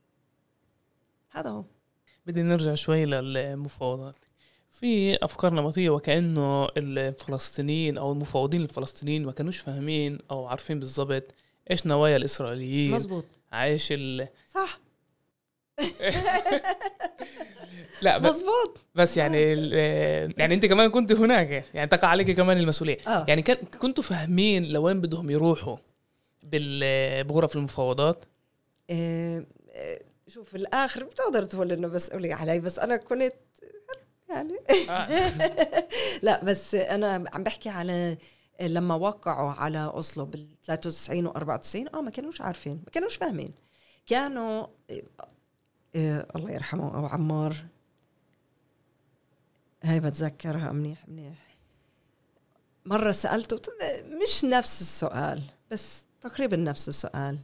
[SPEAKER 1] هذا هو.
[SPEAKER 2] بدي نرجع شوي للمفاوضات. في أفكار نمطية وكأنه الفلسطينيين أو المفاوضين الفلسطينيين ما كانوش فاهمين أو عارفين بالضبط إيش نوايا الإسرائيليين.
[SPEAKER 1] مزبوط.
[SPEAKER 2] عايش
[SPEAKER 1] صح.
[SPEAKER 2] لا
[SPEAKER 1] مزبوط.
[SPEAKER 2] بس يعني أنت كمان كنت هناك، يعني تقع عليك كمان المسؤولية. يعني كنتوا فاهمين لوين بدهم يروحوا بغرف المفاوضات؟
[SPEAKER 1] شوف في الآخر بتقدر تقول إنه بس قولي علي، بس أنا كنت يعني لا، بس أنا عم بحكي على لما وقعوا على أوسلو بال93 و94. ما كانوش عارفين، ما كانوش فاهمين. كانوا الله يرحمه أو عمار، هاي بتذكرها منيح. مرة سألته مش نفس السؤال بس تقريبا نفس السؤال،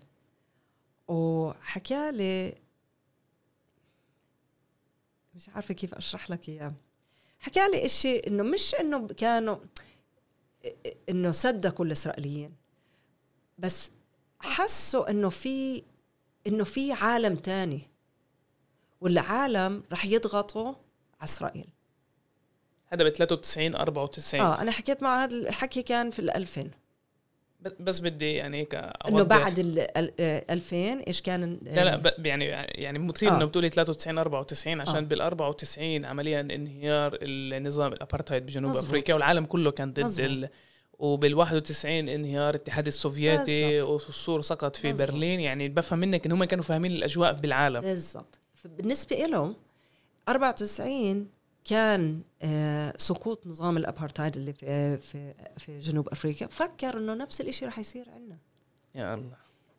[SPEAKER 1] وحكى لي مش عارفة كيف أشرح لك إياه. حكى لي إشي إنه مش إنه كانوا إنه صدقوا الإسرائيليين، بس حسوا إنه في عالم تاني، والعالم رح يضغطوا على إسرائيل.
[SPEAKER 2] هذا ب93 94.
[SPEAKER 1] أنا حكيت مع هذا الحكي كان في 2000.
[SPEAKER 2] بس بدي يعني
[SPEAKER 1] إنه بعد 2000 إيش كان؟
[SPEAKER 2] لا يعني مثير إنه بتقولي 93 94 عشان بال94 عمليا انهيار النظام الأبارتهايد بجنوب أفريقيا والعالم كله كان ضد وبال91 انهيار الاتحاد السوفيتي والصور سقط في برلين. يعني بفهم منك إن هم كانوا فاهمين الأجواء بالعالم
[SPEAKER 1] بالضبط. بالنسبة لهم 94 كان سقوط نظام الأبارتهايد اللي في جنوب أفريقيا. فكر إنه نفس الإشي رح يصير عنا.
[SPEAKER 2] يا الله.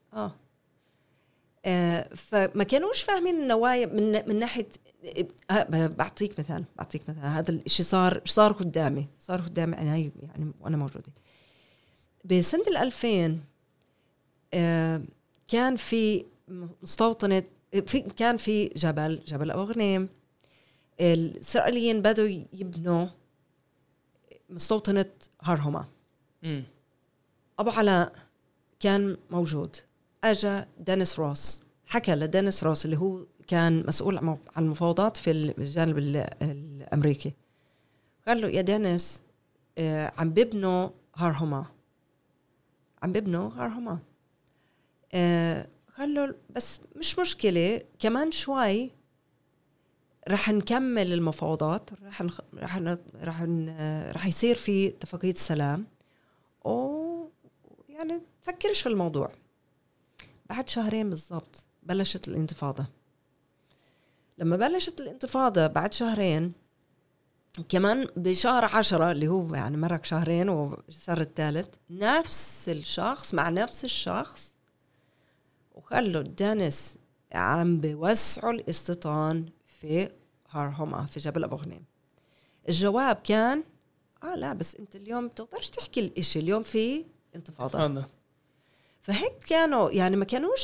[SPEAKER 1] فما كانوش فاهمين النوايا من ناحية. بعطيك مثال. هذا الإشي صار قدامي يعني وأنا موجودة بسنة 2000. كان في مستوطنة، كان في جبل أبو غنيم. الإسرائيليين بدوا يبنوا مستوطنة هارهما. أبو علاء كان موجود. أجا دينيس روس، حكى لدينيس روس اللي هو كان مسؤول عن المفاوضات في الجانب الأمريكي. قال له يا دينيس عم ببنوا هارهما. قال له بس مش مشكلة، كمان شوي رح نكمل المفاوضات، رح يصير في اتفاقية سلام، يعني تفكرش في الموضوع. بعد شهرين بالضبط بلشت الانتفاضة. لما بلشت الانتفاضة بعد شهرين كمان بشهر 10 اللي هو يعني مرق شهرين والشهر الثالث نفس الشخص مع نفس الشخص وخلوا دانيس عم بيوسعوا الاستيطان في هارهوما في جبل أبو غنيم. الجواب كان لا بس انت اليوم بتقدرش تحكي الاشي، اليوم في انتفاضة. فهيك كانوا يعني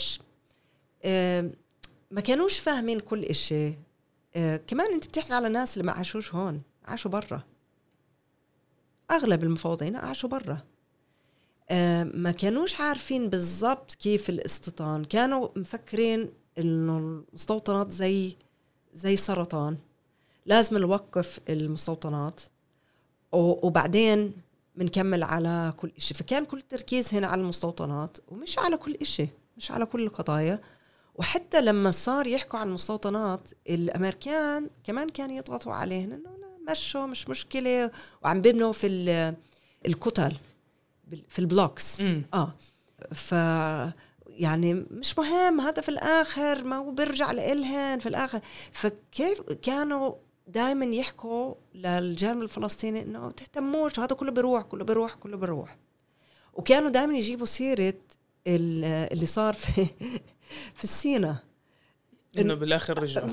[SPEAKER 1] ما كانوش فاهمين كل اشي. كمان انت بتحكي على ناس اللي ما عاشوش هون، عاشوا برا. اغلب المفاوضين عاشوا برا. ما كانوش عارفين بالضبط كيف الاستيطان، كانوا مفكرين انه المستوطنات زي سرطان، لازم نوقف المستوطنات وبعدين بنكمل على كل إشي. فكان كل التركيز هنا على المستوطنات ومش على كل إشي، مش على كل القضايا. وحتى لما صار يحكوا عن المستوطنات، الأمريكان كمان كانوا يضغطوا عليهن إنه مشوا مش مشكلة، وعم بيبنوا في الكتل في البلوكس. ف يعني مش مهم، هذا في الآخر ما هو بيرجع لإلهن في الآخر. فكيف كانوا دائما يحكوا للجانب الفلسطيني إنه تهتموش، هذا كله بيروح. وكانوا دائما يجيبوا سيرة اللي صار في السيناء،
[SPEAKER 2] إنه بالآخر رجعوا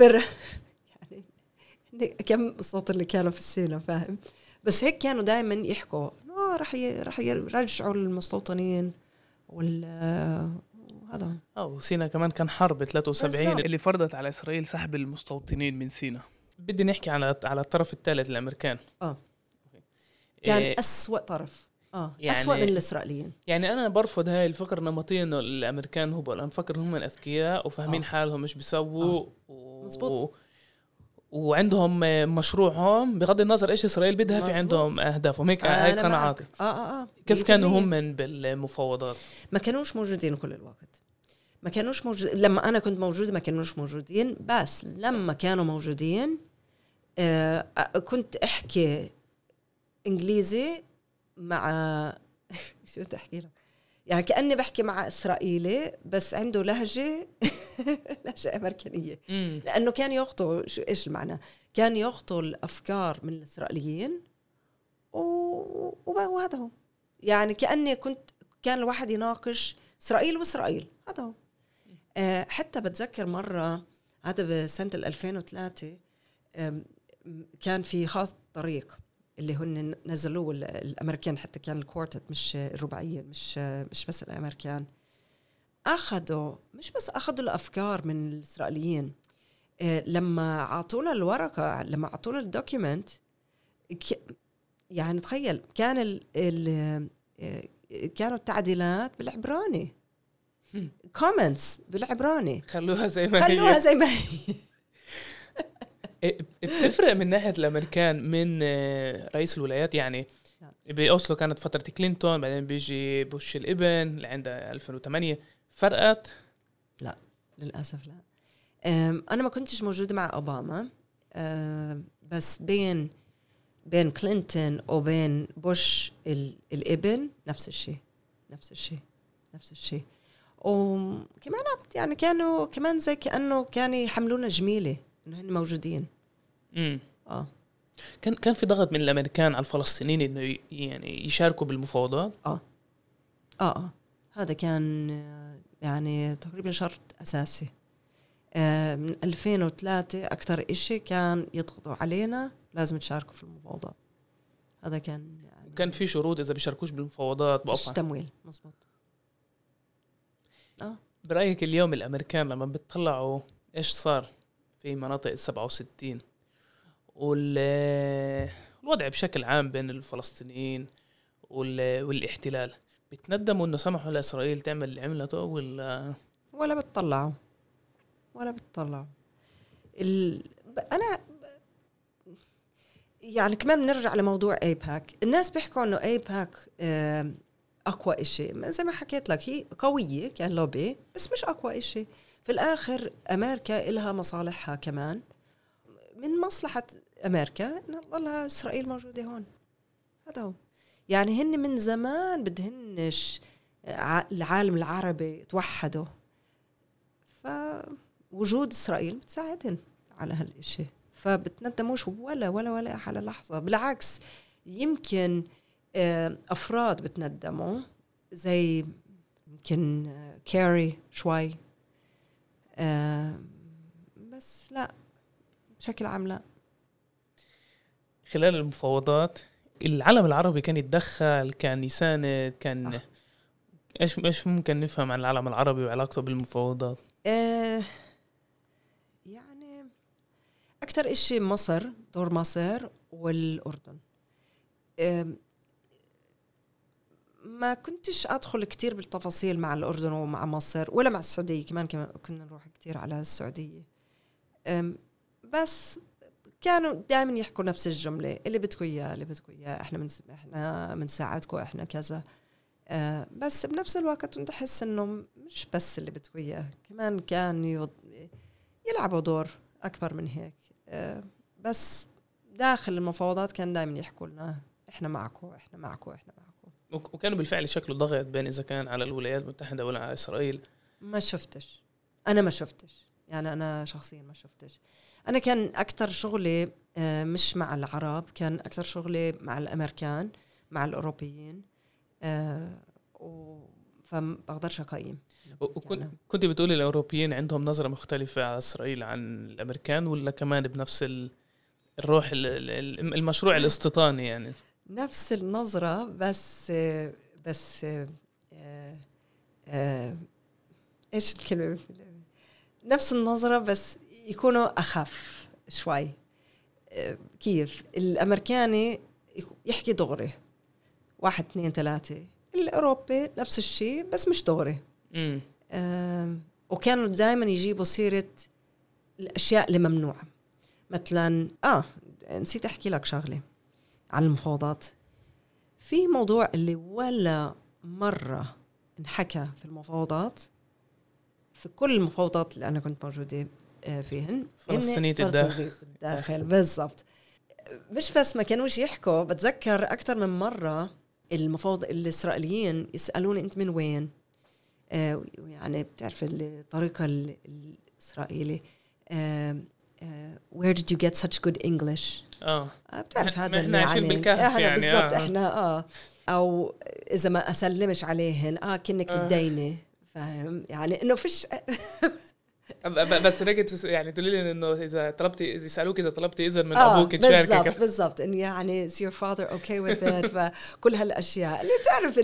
[SPEAKER 1] يعني كم الصوت اللي كانوا في السيناء، فاهم؟ بس هيك كانوا دائما يحكوا راح يرجعوا المستوطنين هذا.
[SPEAKER 2] وسيناء كمان كان حرب 73 اللي فرضت على إسرائيل سحب المستوطنين من سيناء. بدي نحكي على الطرف الثالث، الأمريكان.
[SPEAKER 1] كان أسوأ طرف. يعني أسوأ من الإسرائيليين.
[SPEAKER 2] يعني أنا برفض هاي الفكرة النمطية إنه الأمريكان هو أنا بفكر هم الأذكياء وفاهمين حالهم مش بيسووا وعندهم مشروعهم بغض النظر إيش إسرائيل بدها. في عندهم أهدافهم، هيك هاي قناعاتي. كيف كانوا هم بالمفاوضات؟
[SPEAKER 1] ما كانوش موجودين كل الوقت، ما كانوش موجودين. لما أنا كنت موجودة ما كانوش موجودين، بس لما كانوا موجودين كنت أحكي إنجليزي مع شو تحكي لك، يعني كأني بحكي مع إسرائيلي بس عنده لهجة أمريكانية. لأنه كان يخطو إيش المعنى، كان يخطو الأفكار من الإسرائيليين وهذا هو. يعني كأني كان الواحد يناقش إسرائيل وإسرائيل، هذا هو. حتى بتذكر مرة هذا بسنة 2003 كان في خط طريق اللي هن نزلوه الأمريكان، حتى كان الكوارتت مش الرباعية، مش بس الأمريكان. مش بس أخذوا الأفكار من الإسرائيليين، لما عطونا الورقة، لما عطونا الدوكيمنت، يعني تخيل كانوا التعديلات بالعبراني، comments بالعبراني،
[SPEAKER 2] خلوها زي ما هي. بتفرق من ناحية الأمريكان من رئيس الولايات؟ يعني بأوسلو كانت فترة كلينتون، بعدين بيجي بوش الابن اللي عنده 2008، فرقت؟
[SPEAKER 1] لا للأسف لا. أنا ما كنتش موجودة مع أوباما، بس بين كلينتون وبين بوش الابن نفس الشيء. وكمان يعني كانوا كمان زي كأنه كانوا يحملونا جميلة إنه هن موجودين.
[SPEAKER 2] كان في ضغط من الأمريكان على الفلسطينيين إنه يعني يشاركوا بالمفاوضات.
[SPEAKER 1] هذا كان يعني تقريبا شرط أساسي. من 2003 أكثر إشي كان يضغطوا علينا لازم تشاركوا في المفاوضات. هذا كان يعني
[SPEAKER 2] كان في شروط إذا بيشاركوش بالمفاوضات
[SPEAKER 1] مش تمويل. مزبوط.
[SPEAKER 2] برأيك اليوم الأمريكان لما بتطلعوا إيش صار في مناطق 67 والوضع بشكل عام بين الفلسطينيين والاحتلال، بتندموا إنه سمحوا لإسرائيل تعمل اللي عملته
[SPEAKER 1] ولا بتطلعوا أنا يعني كمان نرجع لموضوع ايباك. الناس بيحكوا إنه ايباك أقوى إشي، زي ما حكيت لك هي قوية كان لوبي بس مش أقوى إشي. في الآخر أمريكا إلها مصالحها كمان، من مصلحة أمريكا إن تضلها إسرائيل موجودة هون. هذا هو. يعني هن من زمان بدهنش العالم العربي توحدوا، فوجود إسرائيل بتساعدهم على هالإشي، فبتندموش ولا على لحظة. بالعكس يمكن أفراد بتندموا زي يمكن كاري شوي بس لا بشكل عام لا.
[SPEAKER 2] خلال المفاوضات العالم العربي كان يتدخل، كان يساند، كان
[SPEAKER 1] صح.
[SPEAKER 2] ايش ممكن نفهم عن العالم العربي وعلاقته بالمفاوضات؟
[SPEAKER 1] يعني أكتر إشي مصر، دور مصر والأردن. ما كنتش أدخل كتير بالتفاصيل مع الأردن ومع مصر ولا مع السعودية، كمان كنا نروح كتير على السعودية. بس كانوا دائما يحكوا نفس الجملة، اللي بدكوا إياه اللي بدكوا إياه، إحنا بنساعدكم، إحنا كذا. بس بنفس الوقت كنت أحس إنه مش بس اللي بدكوا إياه، كمان كان يلعبوا دور أكبر من هيك. بس داخل المفاوضات كان دائما يحكوا لنا إحنا معكم إحنا معكم إحنا معكم.
[SPEAKER 2] وكانوا بالفعل شكله ضغط بين إذا كان على الولايات المتحدة ولا على إسرائيل.
[SPEAKER 1] ما شفتش يعني أنا شخصيا ما شفتش. أنا كان أكتر شغلي مش مع العرب، كان أكتر شغلي مع الأمريكان، مع الأوروبيين. فبقدرش أقيم.
[SPEAKER 2] كنت بتقولي الأوروبيين عندهم نظرة مختلفة على إسرائيل عن الأمريكان، ولا كمان بنفس الروح المشروع الاستيطاني يعني؟
[SPEAKER 1] نفس النظرة بس إيش الكلمة؟ نفس النظرة بس يكونوا أخف شوي. كيف الأمريكاني يحكي دغري 1 2 3، الأوروبي نفس الشيء بس مش دغري. وكانوا دائما يجيبوا سيرة الأشياء اللي ممنوعة. مثلا نسيت أحكي لك شغلة عن المفاوضات. في موضوع اللي ولا مرة انحكى في المفاوضات، في كل المفاوضات اللي أنا كنت موجودة فيهن،
[SPEAKER 2] فلسطينية
[SPEAKER 1] الداخل بالضبط. مش بس ما كانوش يحكوا، بتذكر أكتر من مرة المفاوض الإسرائيليين يسألوني أنت من وين، يعني بتعرف الطريقة الإسرائيلية، where did you get such good English. بتعرف هذا
[SPEAKER 2] احنا عايشين بالكهف يعني
[SPEAKER 1] بالضبط. احنا او اذا ما اسلمش عليهن كأنك متدينه، فاهم يعني انه فيش
[SPEAKER 2] بس رجعت يعني تقولي لي انه اذا طلبتي يسالوك اذا طلبتي اذن من ابوك تشاركك
[SPEAKER 1] بالضبط ان يعني is your father okay with that. فكل هالاشياء اللي تعرف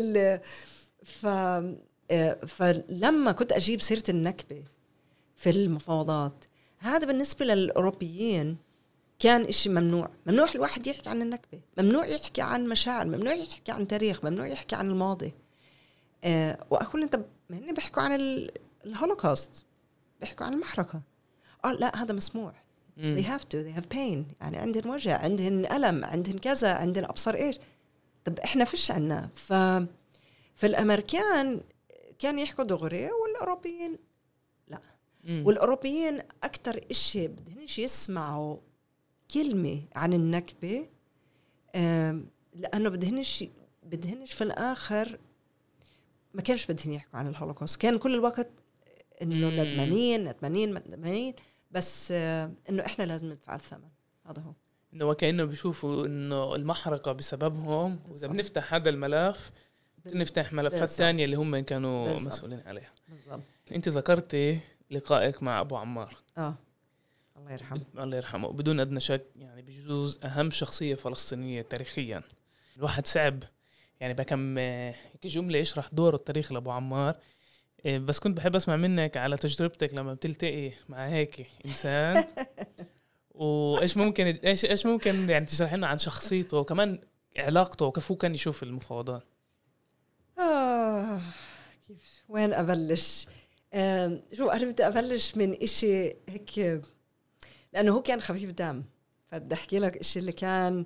[SPEAKER 1] فلما كنت اجيب سيره النكبه في المفاوضات، هذا بالنسبه للاوروبيين كان إشي ممنوع الواحد يحكي عن النكبة، ممنوع يحكي عن مشاعر، ممنوع يحكي عن تاريخ، ممنوع يحكي عن الماضي. وأقول أنت هن بيحكوا عن الهولوكوست، بيحكوا عن المحرقة. لا هذا مسموع. they have pain، يعني عندهم وجع، عندهم ألم، عندهم كذا، عندهم أبصر إيش. طب إحنا فيش عنا. فالأمريكان كان يحكوا دغري والأوروبيين لا. والأوروبيين أكتر إشي بدهنش يسمعوا كلمة عن النكبة، لأنه بدهنش في الآخر ما كانش بدهن يحكوا عن الهولوكوست. كان كل الوقت إنه ندمانين بس إنه إحنا لازم ندفع الثمن. هذا هو
[SPEAKER 2] إنه وكأنه بيشوفوا إنه المحرقة بسببهم، وإذا بنفتح هذا الملف بنفتح ملفات ثانية اللي هم كانوا مسؤولين عليها. بالضبط. أنت ذكرتي لقائك مع أبو عمار. الله يرحمه. بدون أدنى شك يعني بجوز أهم شخصية فلسطينية تاريخيا. الواحد صعب يعني بكم جملة يشرح دور التاريخ لأبو عمار، بس كنت بحب أسمع منك على تجربتك لما بتلتقي مع هيك إنسان وإيش ممكن يعني تشرح لنا عن شخصيته وكمان علاقته وكيف كان يشوف المفاوضات.
[SPEAKER 1] كيف وين أبلش؟ شو أنا بدي أبلش من إشي هيك، لأنه هو كان خفيف دم. فبدي أحكي لك إشي اللي كان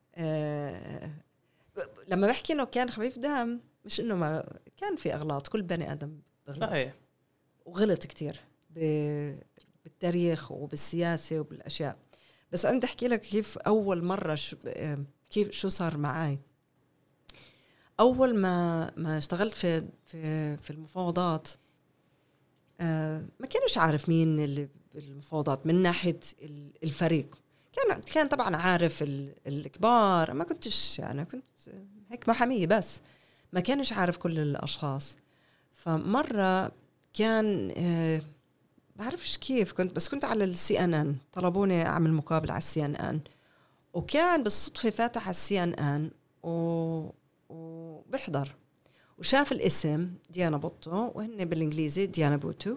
[SPEAKER 1] لما بحكي إنه كان خفيف دم، مش إنه ما كان في أغلاط، كل بني آدم بغلط وغلط كتير بالتاريخ وبالسياسة وبالأشياء. بس أنا بدي أحكي لك كيف أول مرة شو صار معاي. أول ما اشتغلت في المفاوضات، ما كانش عارف مين اللي بالمفاوضات من ناحية الفريق. كان طبعا عارف الكبار، ما كنتش يعني كنت هيك محامية بس ما كانش عارف كل الأشخاص. فمرة كان بعرفش كيف كنت على CNN، طلبوني أعمل مقابلة على CNN، وكان بالصدفة فاتح على CNN وبحضر وشاف الاسم ديانا بوتو وهن بالإنجليزي ديانا بوتو،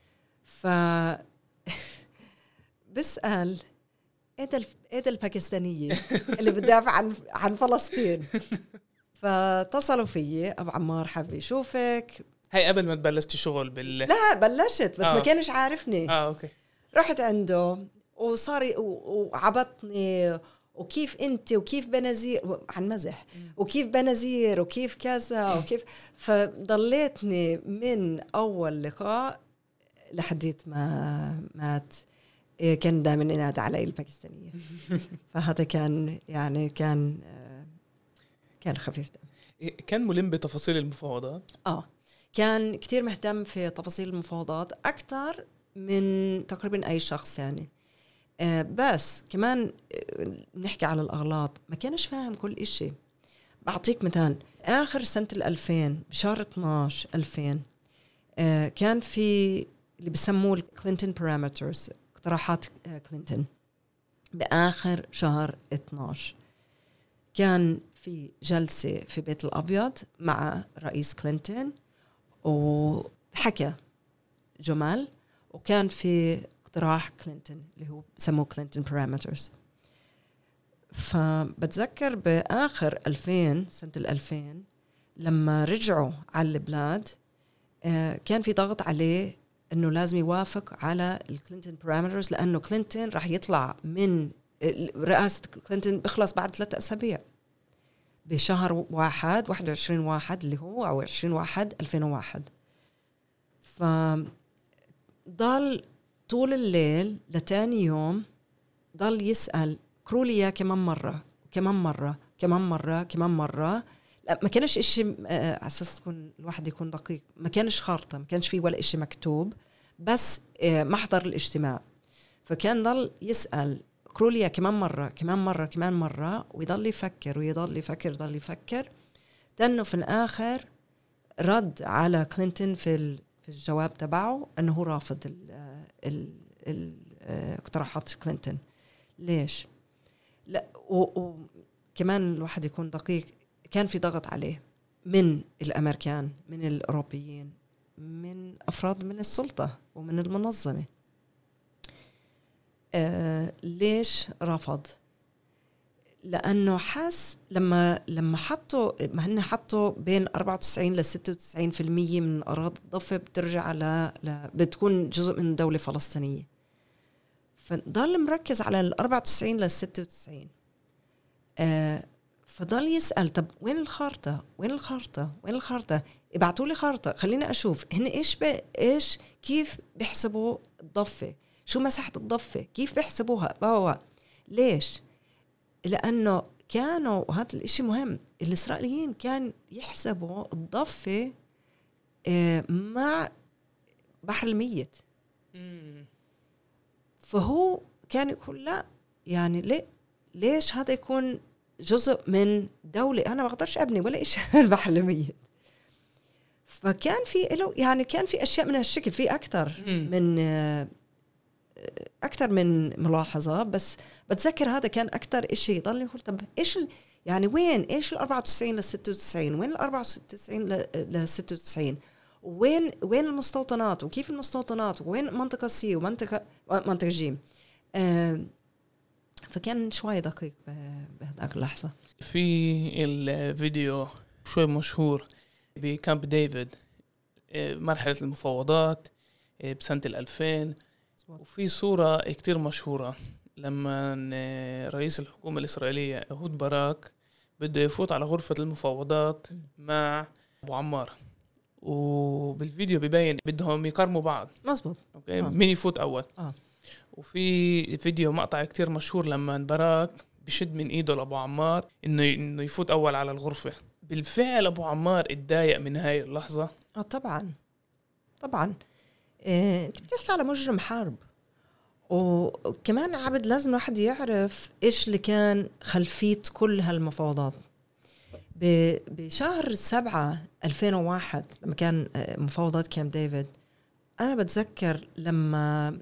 [SPEAKER 1] بسأل إيه الباكستانية اللي بتدافع عن فلسطين. فاتصلوا فيي، أبو عمار حابب يشوفك.
[SPEAKER 2] هاي قبل ما تبلشت شغل
[SPEAKER 1] لا بلشت بس ما كانش عارفني.
[SPEAKER 2] أوكي.
[SPEAKER 1] رحت عنده وصار وعبطني وكيف انت وكيف بنزير عن مزح وكيف بنزير وكيف كذا وكيف. فضليتني من اول لقاء لحديت ما مات كان دائما ينادى علي الباكستانية. فهذا كان يعني كان خفيف دم.
[SPEAKER 2] كان ملم بتفاصيل المفاوضات.
[SPEAKER 1] كان كتير مهتم في تفاصيل المفاوضات أكتر من تقريبا أي شخص يعني. بس كمان نحكي على الأغلاط، ما كانش فاهم كل إشي. بعطيك مثال، آخر سنة 2000 بشهر 12 2000 كان في اللي بسموه الكلينتون بارامترز، اقتراحات كلينتون. بآخر شهر 12 كان في جلسة في بيت الأبيض مع رئيس كلينتون وحكى جمال، وكان في اقتراح كلينتون اللي هو بسموه كلينتون بارامترز. فبتذكر بآخر 2000 سنة 2000 لما رجعوا على البلاد كان في ضغط عليه انه لازم يوافق على الكلينتون بارامترز، لانه كلينتون راح يطلع من رئاسة كلينتون بخلص بعد 3 أسابيع بشهر 21 اللي هو أو 20/1/2001. فضل طول الليل لتاني يوم ضل يسأل كروليا كمان مرة. لا ما كانش إشي على أساس تكون الواحد يكون دقيق، ما كانش خارطة، ما كانش فيه ولا إشي مكتوب، بس محضر الاجتماع. فكان ضل يسأل كروليا كمان مرة ويضل يفكر تنه في الآخر رد على كلينتون في الجواب تبعه أنه هو رافض اقتراحات كلينتون. ليش؟ لا وكمان الواحد يكون دقيق، كان في ضغط عليه من الأمريكان، من الأوروبيين، من أفراد من السلطة ومن المنظمة. ليش رفض؟ لأنه حس لما حطوا بين 94 ل 96% من أراضي الضفة بترجع بتكون جزء من دولة فلسطينية. فضل مركز على 94 ل 96. فضل يسأل طب وين الخارطة؟ ابعتوا لي خارطة خليني أشوف هن إيش كيف بيحسبوا الضفة، شو مساحة الضفة، كيف بيحسبوها. ليش؟ لأنه كانوا، وهذا الإشي مهم، الإسرائيليين كان يحسبوا الضفة مع بحر الميت. فهو كان يقول لا، يعني ليش هذا يكون جزء من دولة أنا ما أقدرش أبني ولا إيش البحر الميت. فكان في يعني كان في أشياء من هالشكل، في أكثر من ملاحظة. بس بتذكر هذا كان أكثر إشي يضل يقول طب إيش يعني وين إيش 94 ل 96، وين 94 ل 96، وين المستوطنات وكيف المستوطنات، وين منطقة سي ومنطقة جيم. فكان شوي دقيق بهذاك اللحظة.
[SPEAKER 2] في الفيديو شوي مشهور بكامب ديفيد مرحلة المفاوضات بسنة 2000، وفي صورة كتير مشهورة لما رئيس الحكومة الإسرائيلية أهود باراك بده يفوت على غرفة المفاوضات مع أبو عمار، وبالفيديو بيبين بدهم يقارموا بعض.
[SPEAKER 1] مزبوط.
[SPEAKER 2] أوكي. مين يفوت أول. وفي فيديو مقطع كتير مشهور لما باراك بشد من إيده لأبو عمار إنه يفوت أول على الغرفة. بالفعل أبو عمار اتضايق من هاي اللحظة.
[SPEAKER 1] طبعا انت بتحكي على مجرم حرب، وكمان عبد لازم واحد يعرف ايش اللي كان خلفية كل هالمفاوضات. بشهر 7 2001 لما كان مفاوضات كامب ديفيد، أنا بتذكر لما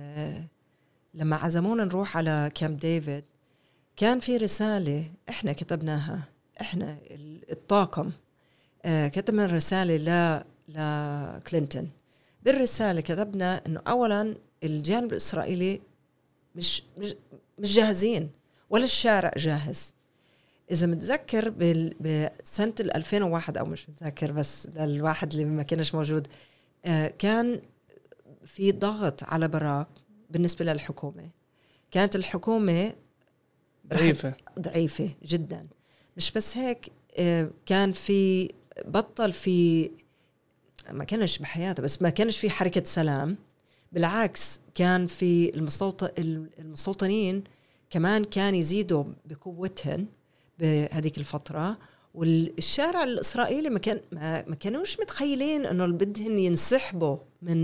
[SPEAKER 1] عزمونا نروح على كامب ديفيد، كان في رسالة إحنا كتبناها، إحنا الطاقم كتبنا رسالة لكلينتون. بالرسالة كتبنا إنه أولاً الجانب الإسرائيلي مش جاهزين ولا الشارع جاهز. إذا متذكر بسنة 2001 أو مش متذكر، بس للواحد اللي ما كانش موجود، كان في ضغط على باراك بالنسبة للحكومة. كانت الحكومة ضعيفة جدا. مش بس هيك، كان في بطل في، ما كانش بحياته، بس ما كانش في حركة سلام. بالعكس كان في المستوطنين كمان كان يزيدوا بقوتهن بهذيك الفترة. والشارع الإسرائيلي ما كانوش متخيلين إنه بدهن ينسحبوا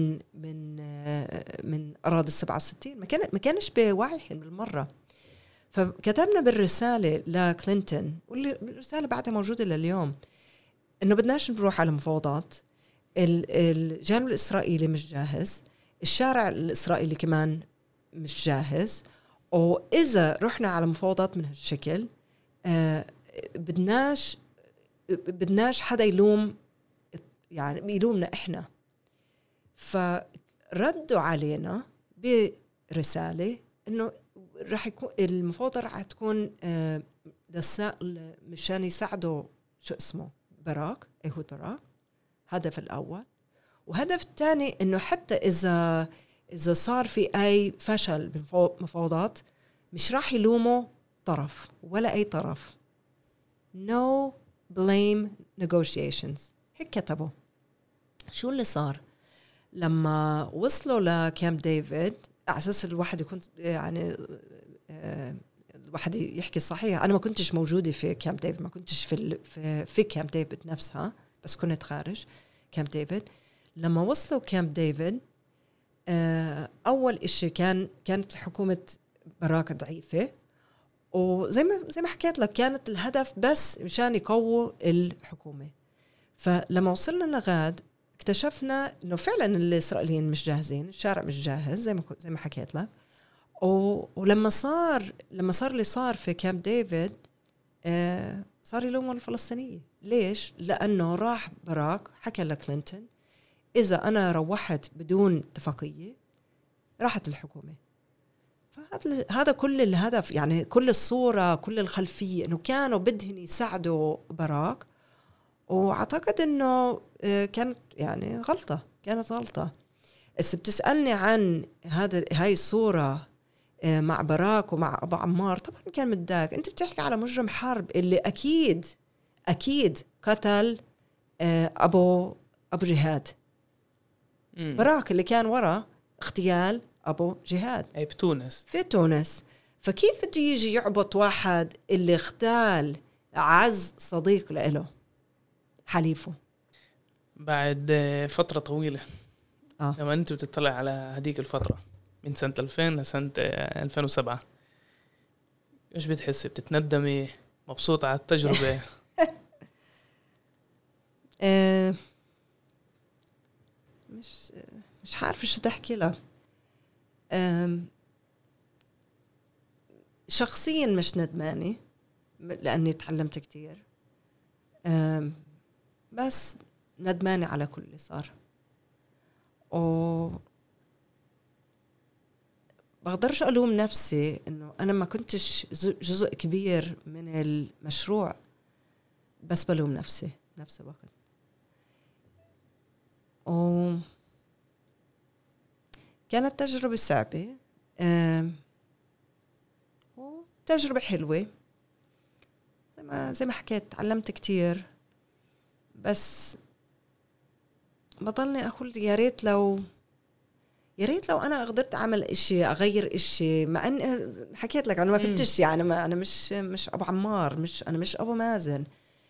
[SPEAKER 1] من أراضي 67. ما كانش بوعيهم بالمرة. فكتبنا بالرسالة لكلينتون، والرسالة بعدها موجودة لليوم، إنه بدناش نروح على مفاوضات. الجانب الإسرائيلي مش جاهز، الشارع الإسرائيلي كمان مش جاهز، وإذا رحنا على مفاوضات من هالشكل بدناش حدا يلوم، يعني يلومنا إحنا. فردوا علينا برسالة إنه راح يكون المفاوضة راح تكون مشان يساعدوا شو اسمه باراك، إيهود باراك. هدف الأول. وهدف الثاني إنه حتى إذا صار في أي فشل بالمفاوضات مش راح يلوموا طرف ولا أي طرف. No blame negotiations. هيك كتبوا. شو اللي صار لما وصلوا لكامب ديفيد؟ على أساس الواحد يكون يعني الواحد يحكي صحيح، أنا ما كنتش موجودة في كامب ديفيد، ما كنتش في كامب ديفيد نفسها، بس كنت خارج كامب ديفيد. لما وصلوا كامب ديفيد أول إشي كانت حكومة باراك ضعيفة، وزي ما حكيت لك كانت الهدف بس مشان يقووا الحكومة. فلما وصلنا لغاد اكتشفنا إنه فعلا الإسرائيليين مش جاهزين، الشارع مش جاهز زي ما حكيت لك. ولما صار اللي صار في كامب ديفيد صار يلوموا الفلسطينيين. ليش؟ لأنه راح باراك حكى لكلينتون إذا أنا روحت بدون اتفاقية راحت الحكومة. فهذا كل الهدف، يعني كل الصورة، كل الخلفية، إنه كانوا بدهن يساعدوا باراك. وأعتقد إنه كانت غلطة. بس بتسألني عن هاي الصورة مع باراك ومع أبو عمار، طبعا كان متضايق. أنت بتحكي على مجرم حرب اللي أكيد قتل أبو جهاد. باراك اللي كان وراء اغتيال أبو جهاد في تونس. فكيف بده يجي يعبط واحد اللي اغتال أعز صديق له، حليفه،
[SPEAKER 2] بعد فترة طويلة؟ لما أنت بتطلع على هديك الفترة من سنة 2000 لسنة 2007، إيش بتحسي؟ بتتندمي؟ مبسوطة على التجربة؟
[SPEAKER 1] مش عارفة شو تحكي لك. شخصيا مش ندماني لأني تعلمت كتير، بس ندماني على كل اللي صار. بقدرش ألوم نفسي إنه أنا ما كنتش جزء كبير من المشروع، بس بلوم نفسي بنفس الوقت. كانت تجربة صعبة وتجربة حلوة، زي ما حكيت تعلمت كتير. بس بضلني أقول يا ريت لو أنا قدرت أعمل إشي، أغير إشي. مع أن حكيت لك أنا ما كنتش، يعني أنا مش أبو عمار، أنا مش أبو مازن.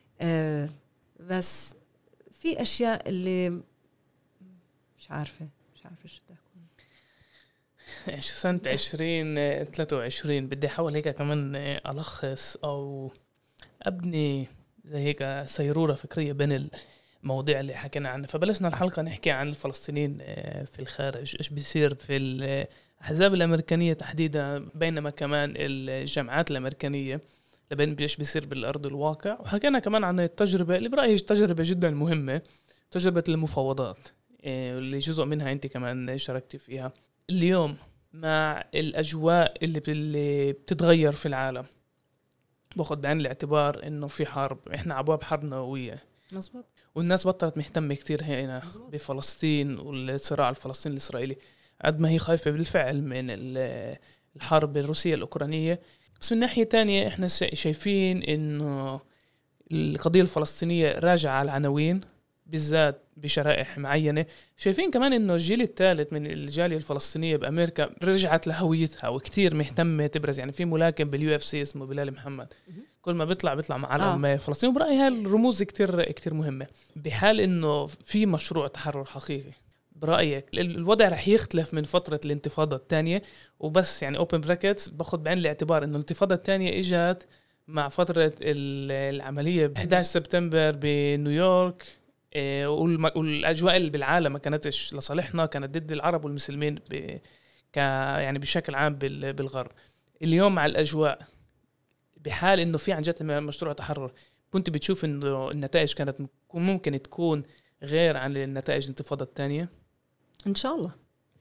[SPEAKER 1] بس في أشياء اللي مش عارفة شو تكون.
[SPEAKER 2] سنة 2023 بدي أحاول هيك كمان ألخص أو أبني زي هيك سيرورة فكرية المواضيع اللي حكينا عنها. فبلشنا الحلقة نحكي عن الفلسطينيين في الخارج، إيش بيصير في الأحزاب الأمريكانية تحديدا، بينما كمان الجامعات الأمريكانية، لبين إيش بيصير بالأرض الواقع. وحكينا كمان عن التجربة اللي برأيي تجربة جدا مهمة، تجربة المفاوضات اللي جزء منها أنت كمان شاركتي فيها. اليوم مع الأجواء اللي بتتغير في العالم، باخد بعين الاعتبار إنه في حرب، إحنا عبواب حرب نووية.
[SPEAKER 1] مزبوط.
[SPEAKER 2] والناس بطلت مهتمة كتير هنا بفلسطين والصراع الفلسطيني الإسرائيلي، قد ما هي خايفة بالفعل من الحرب الروسية الأوكرانية. بس من ناحية تانية إحنا شايفين إنه القضية الفلسطينية راجعة على العناوين، بالذات بشرائح معينة. شايفين كمان إنه الجيل الثالث من الجالية الفلسطينية بأمريكا رجعت لهويتها وكتير مهتمة تبرز. يعني في ملاكم بالUFC اسمه بلال محمد، كل ما بيطلع مع علم فلسطين. وبرأيي هالرموز كتير مهمة. بحال إنه في مشروع تحرر حقيقي، برأيك الوضع رح يختلف من فترة الانتفاضة الثانية؟ وبس يعني open brackets باخد بعين الاعتبار إنه الانتفاضة الثانية إجت مع فترة العملية 11 سبتمبر بنيويورك، والأجواء اللي بالعالم ما كانتش لصالحنا، كانت ضد العرب والمسلمين يعني بشكل عام بالغرب. اليوم مع الأجواء، بحال إنه في عن جد مشروع تحرر، كنت بتشوف إنه النتائج كانت ممكن تكون غير عن النتائج الانتفاضة الثانية؟
[SPEAKER 1] إن شاء الله.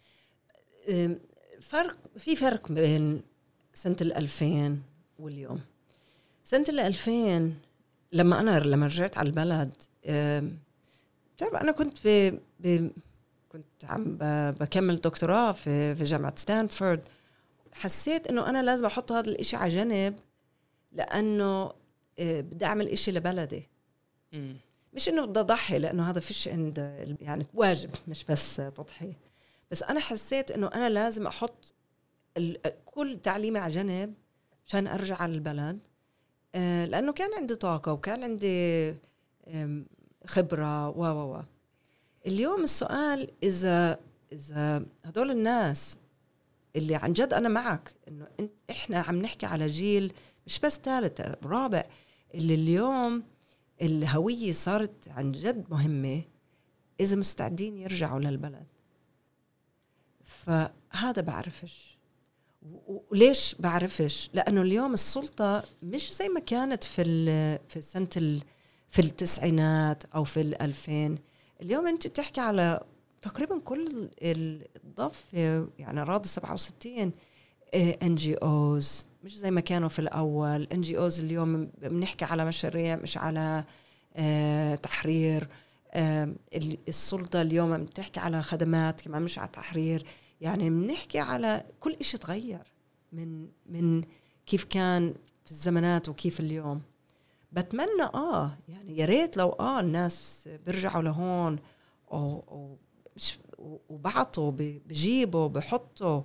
[SPEAKER 1] في فرق بين سنة 2000 واليوم. سنة 2000 لما رجعت على البلد، بتعرف أنا كنت كنت عم بكمل دكتوراه في جامعة ستانفورد. حسيت إنه أنا لازم أحط هذا الإشي على جنب، لأنه بدي أعمل إشي لبلدي. مش إنه بدي أضحي، لأنه هذا فيش عند يعني واجب، مش بس تضحية. بس أنا حسيت إنه أنا لازم أحط كل تعليمي على جنب عشان أرجع على البلد، لأنه كان عندي طاقة وكان عندي خبرة و اليوم السؤال إذا هدول الناس اللي عن جد أنا معك إنه إحنا عم نحكي على جيل مش بس ثالث رابع، اللي اليوم الهوية صارت عن جد مهمة، إذا مستعدين يرجعوا للبلد. فهذا بعرفش. وليش بعرفش؟ لأنه اليوم السلطة مش زي ما كانت في سنة في التسعينات أو في 2000. اليوم أنت تحكي على تقريبا كل الضفة، يعني أراضي 67 NGOs، مش زي ما كانوا في الأول. NGOs اليوم بنحكي على مشاريع، مش على تحرير. السلطة اليوم بتحكي على خدمات كمان، مش على تحرير. يعني بنحكي على كل إشي تغير من كيف كان في الزمانات وكيف اليوم. بتمنى يعني يا ريت لو الناس بيرجعوا لهون وبعطوا بجيبوا بحطوا،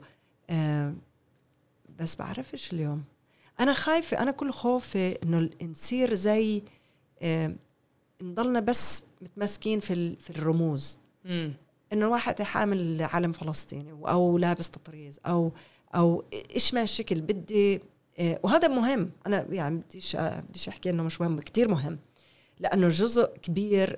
[SPEAKER 1] بس بعرفش اليوم. أنا خايفة، أنا كل خوفي إنه نصير زي نضلنا بس متمسكين في الرموز، إنه الواحد حامل علم فلسطيني أو لابس تطريز أو إيش ما الشكل بدي. وهذا مهم. أنا يعني بديش أحكي إنه مش مهم، كتير مهم، لأنه جزء كبير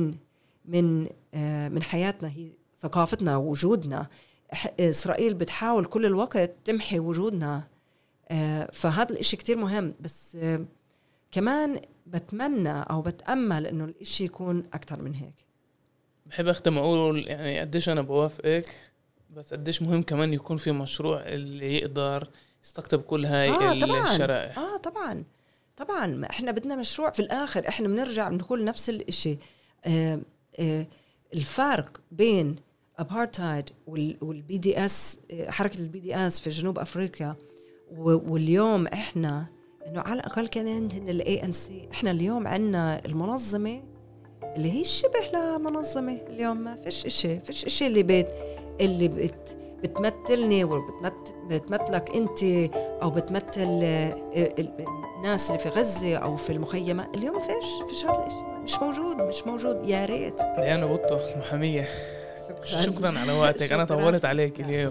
[SPEAKER 1] من حياتنا هي ثقافتنا ووجودنا. إسرائيل بتحاول كل الوقت تمحي وجودنا، فهذا الإشي كتير مهم. بس كمان بتمنى أو بتأمل إنه الإشي يكون أكتر من هيك.
[SPEAKER 2] بحب أختم أقول يعني قديش أنا بوافقك، بس قديش مهم كمان يكون في مشروع اللي يقدر يستقطب كل هاي الشرائح.
[SPEAKER 1] طبعا إحنا بدنا مشروع. في الآخر إحنا بنرجع بنقول نفس الإشي. الفرق بين أبارتايد والBDS، حركة الBDS في جنوب أفريقيا، واليوم إحنا إنه على الأقل كان عندنا ANC. إحنا اليوم عندنا المنظمة اللي هي شبه لمنظمة. اليوم ما فيش إشي اللي بتمثلني وبتمثلك أنت، أو بتمثل الناس اللي في غزة أو في المخيمة. اليوم فيش هذا الإشي، مش موجود. يا ريت.
[SPEAKER 2] ديانا بوطو محامية، شكرا على وقتك. أنا طولت عليك اليوم.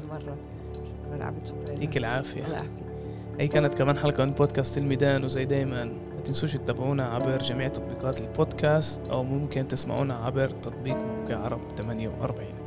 [SPEAKER 1] شكرا.
[SPEAKER 2] يعطيك العافية. هي كانت كمان حلقة من بودكاست الميدان، وزي دايما تنسوش تتابعونا عبر جميع تطبيقات البودكاست، أو ممكن تسمعونا عبر تطبيق موقع عرب 48.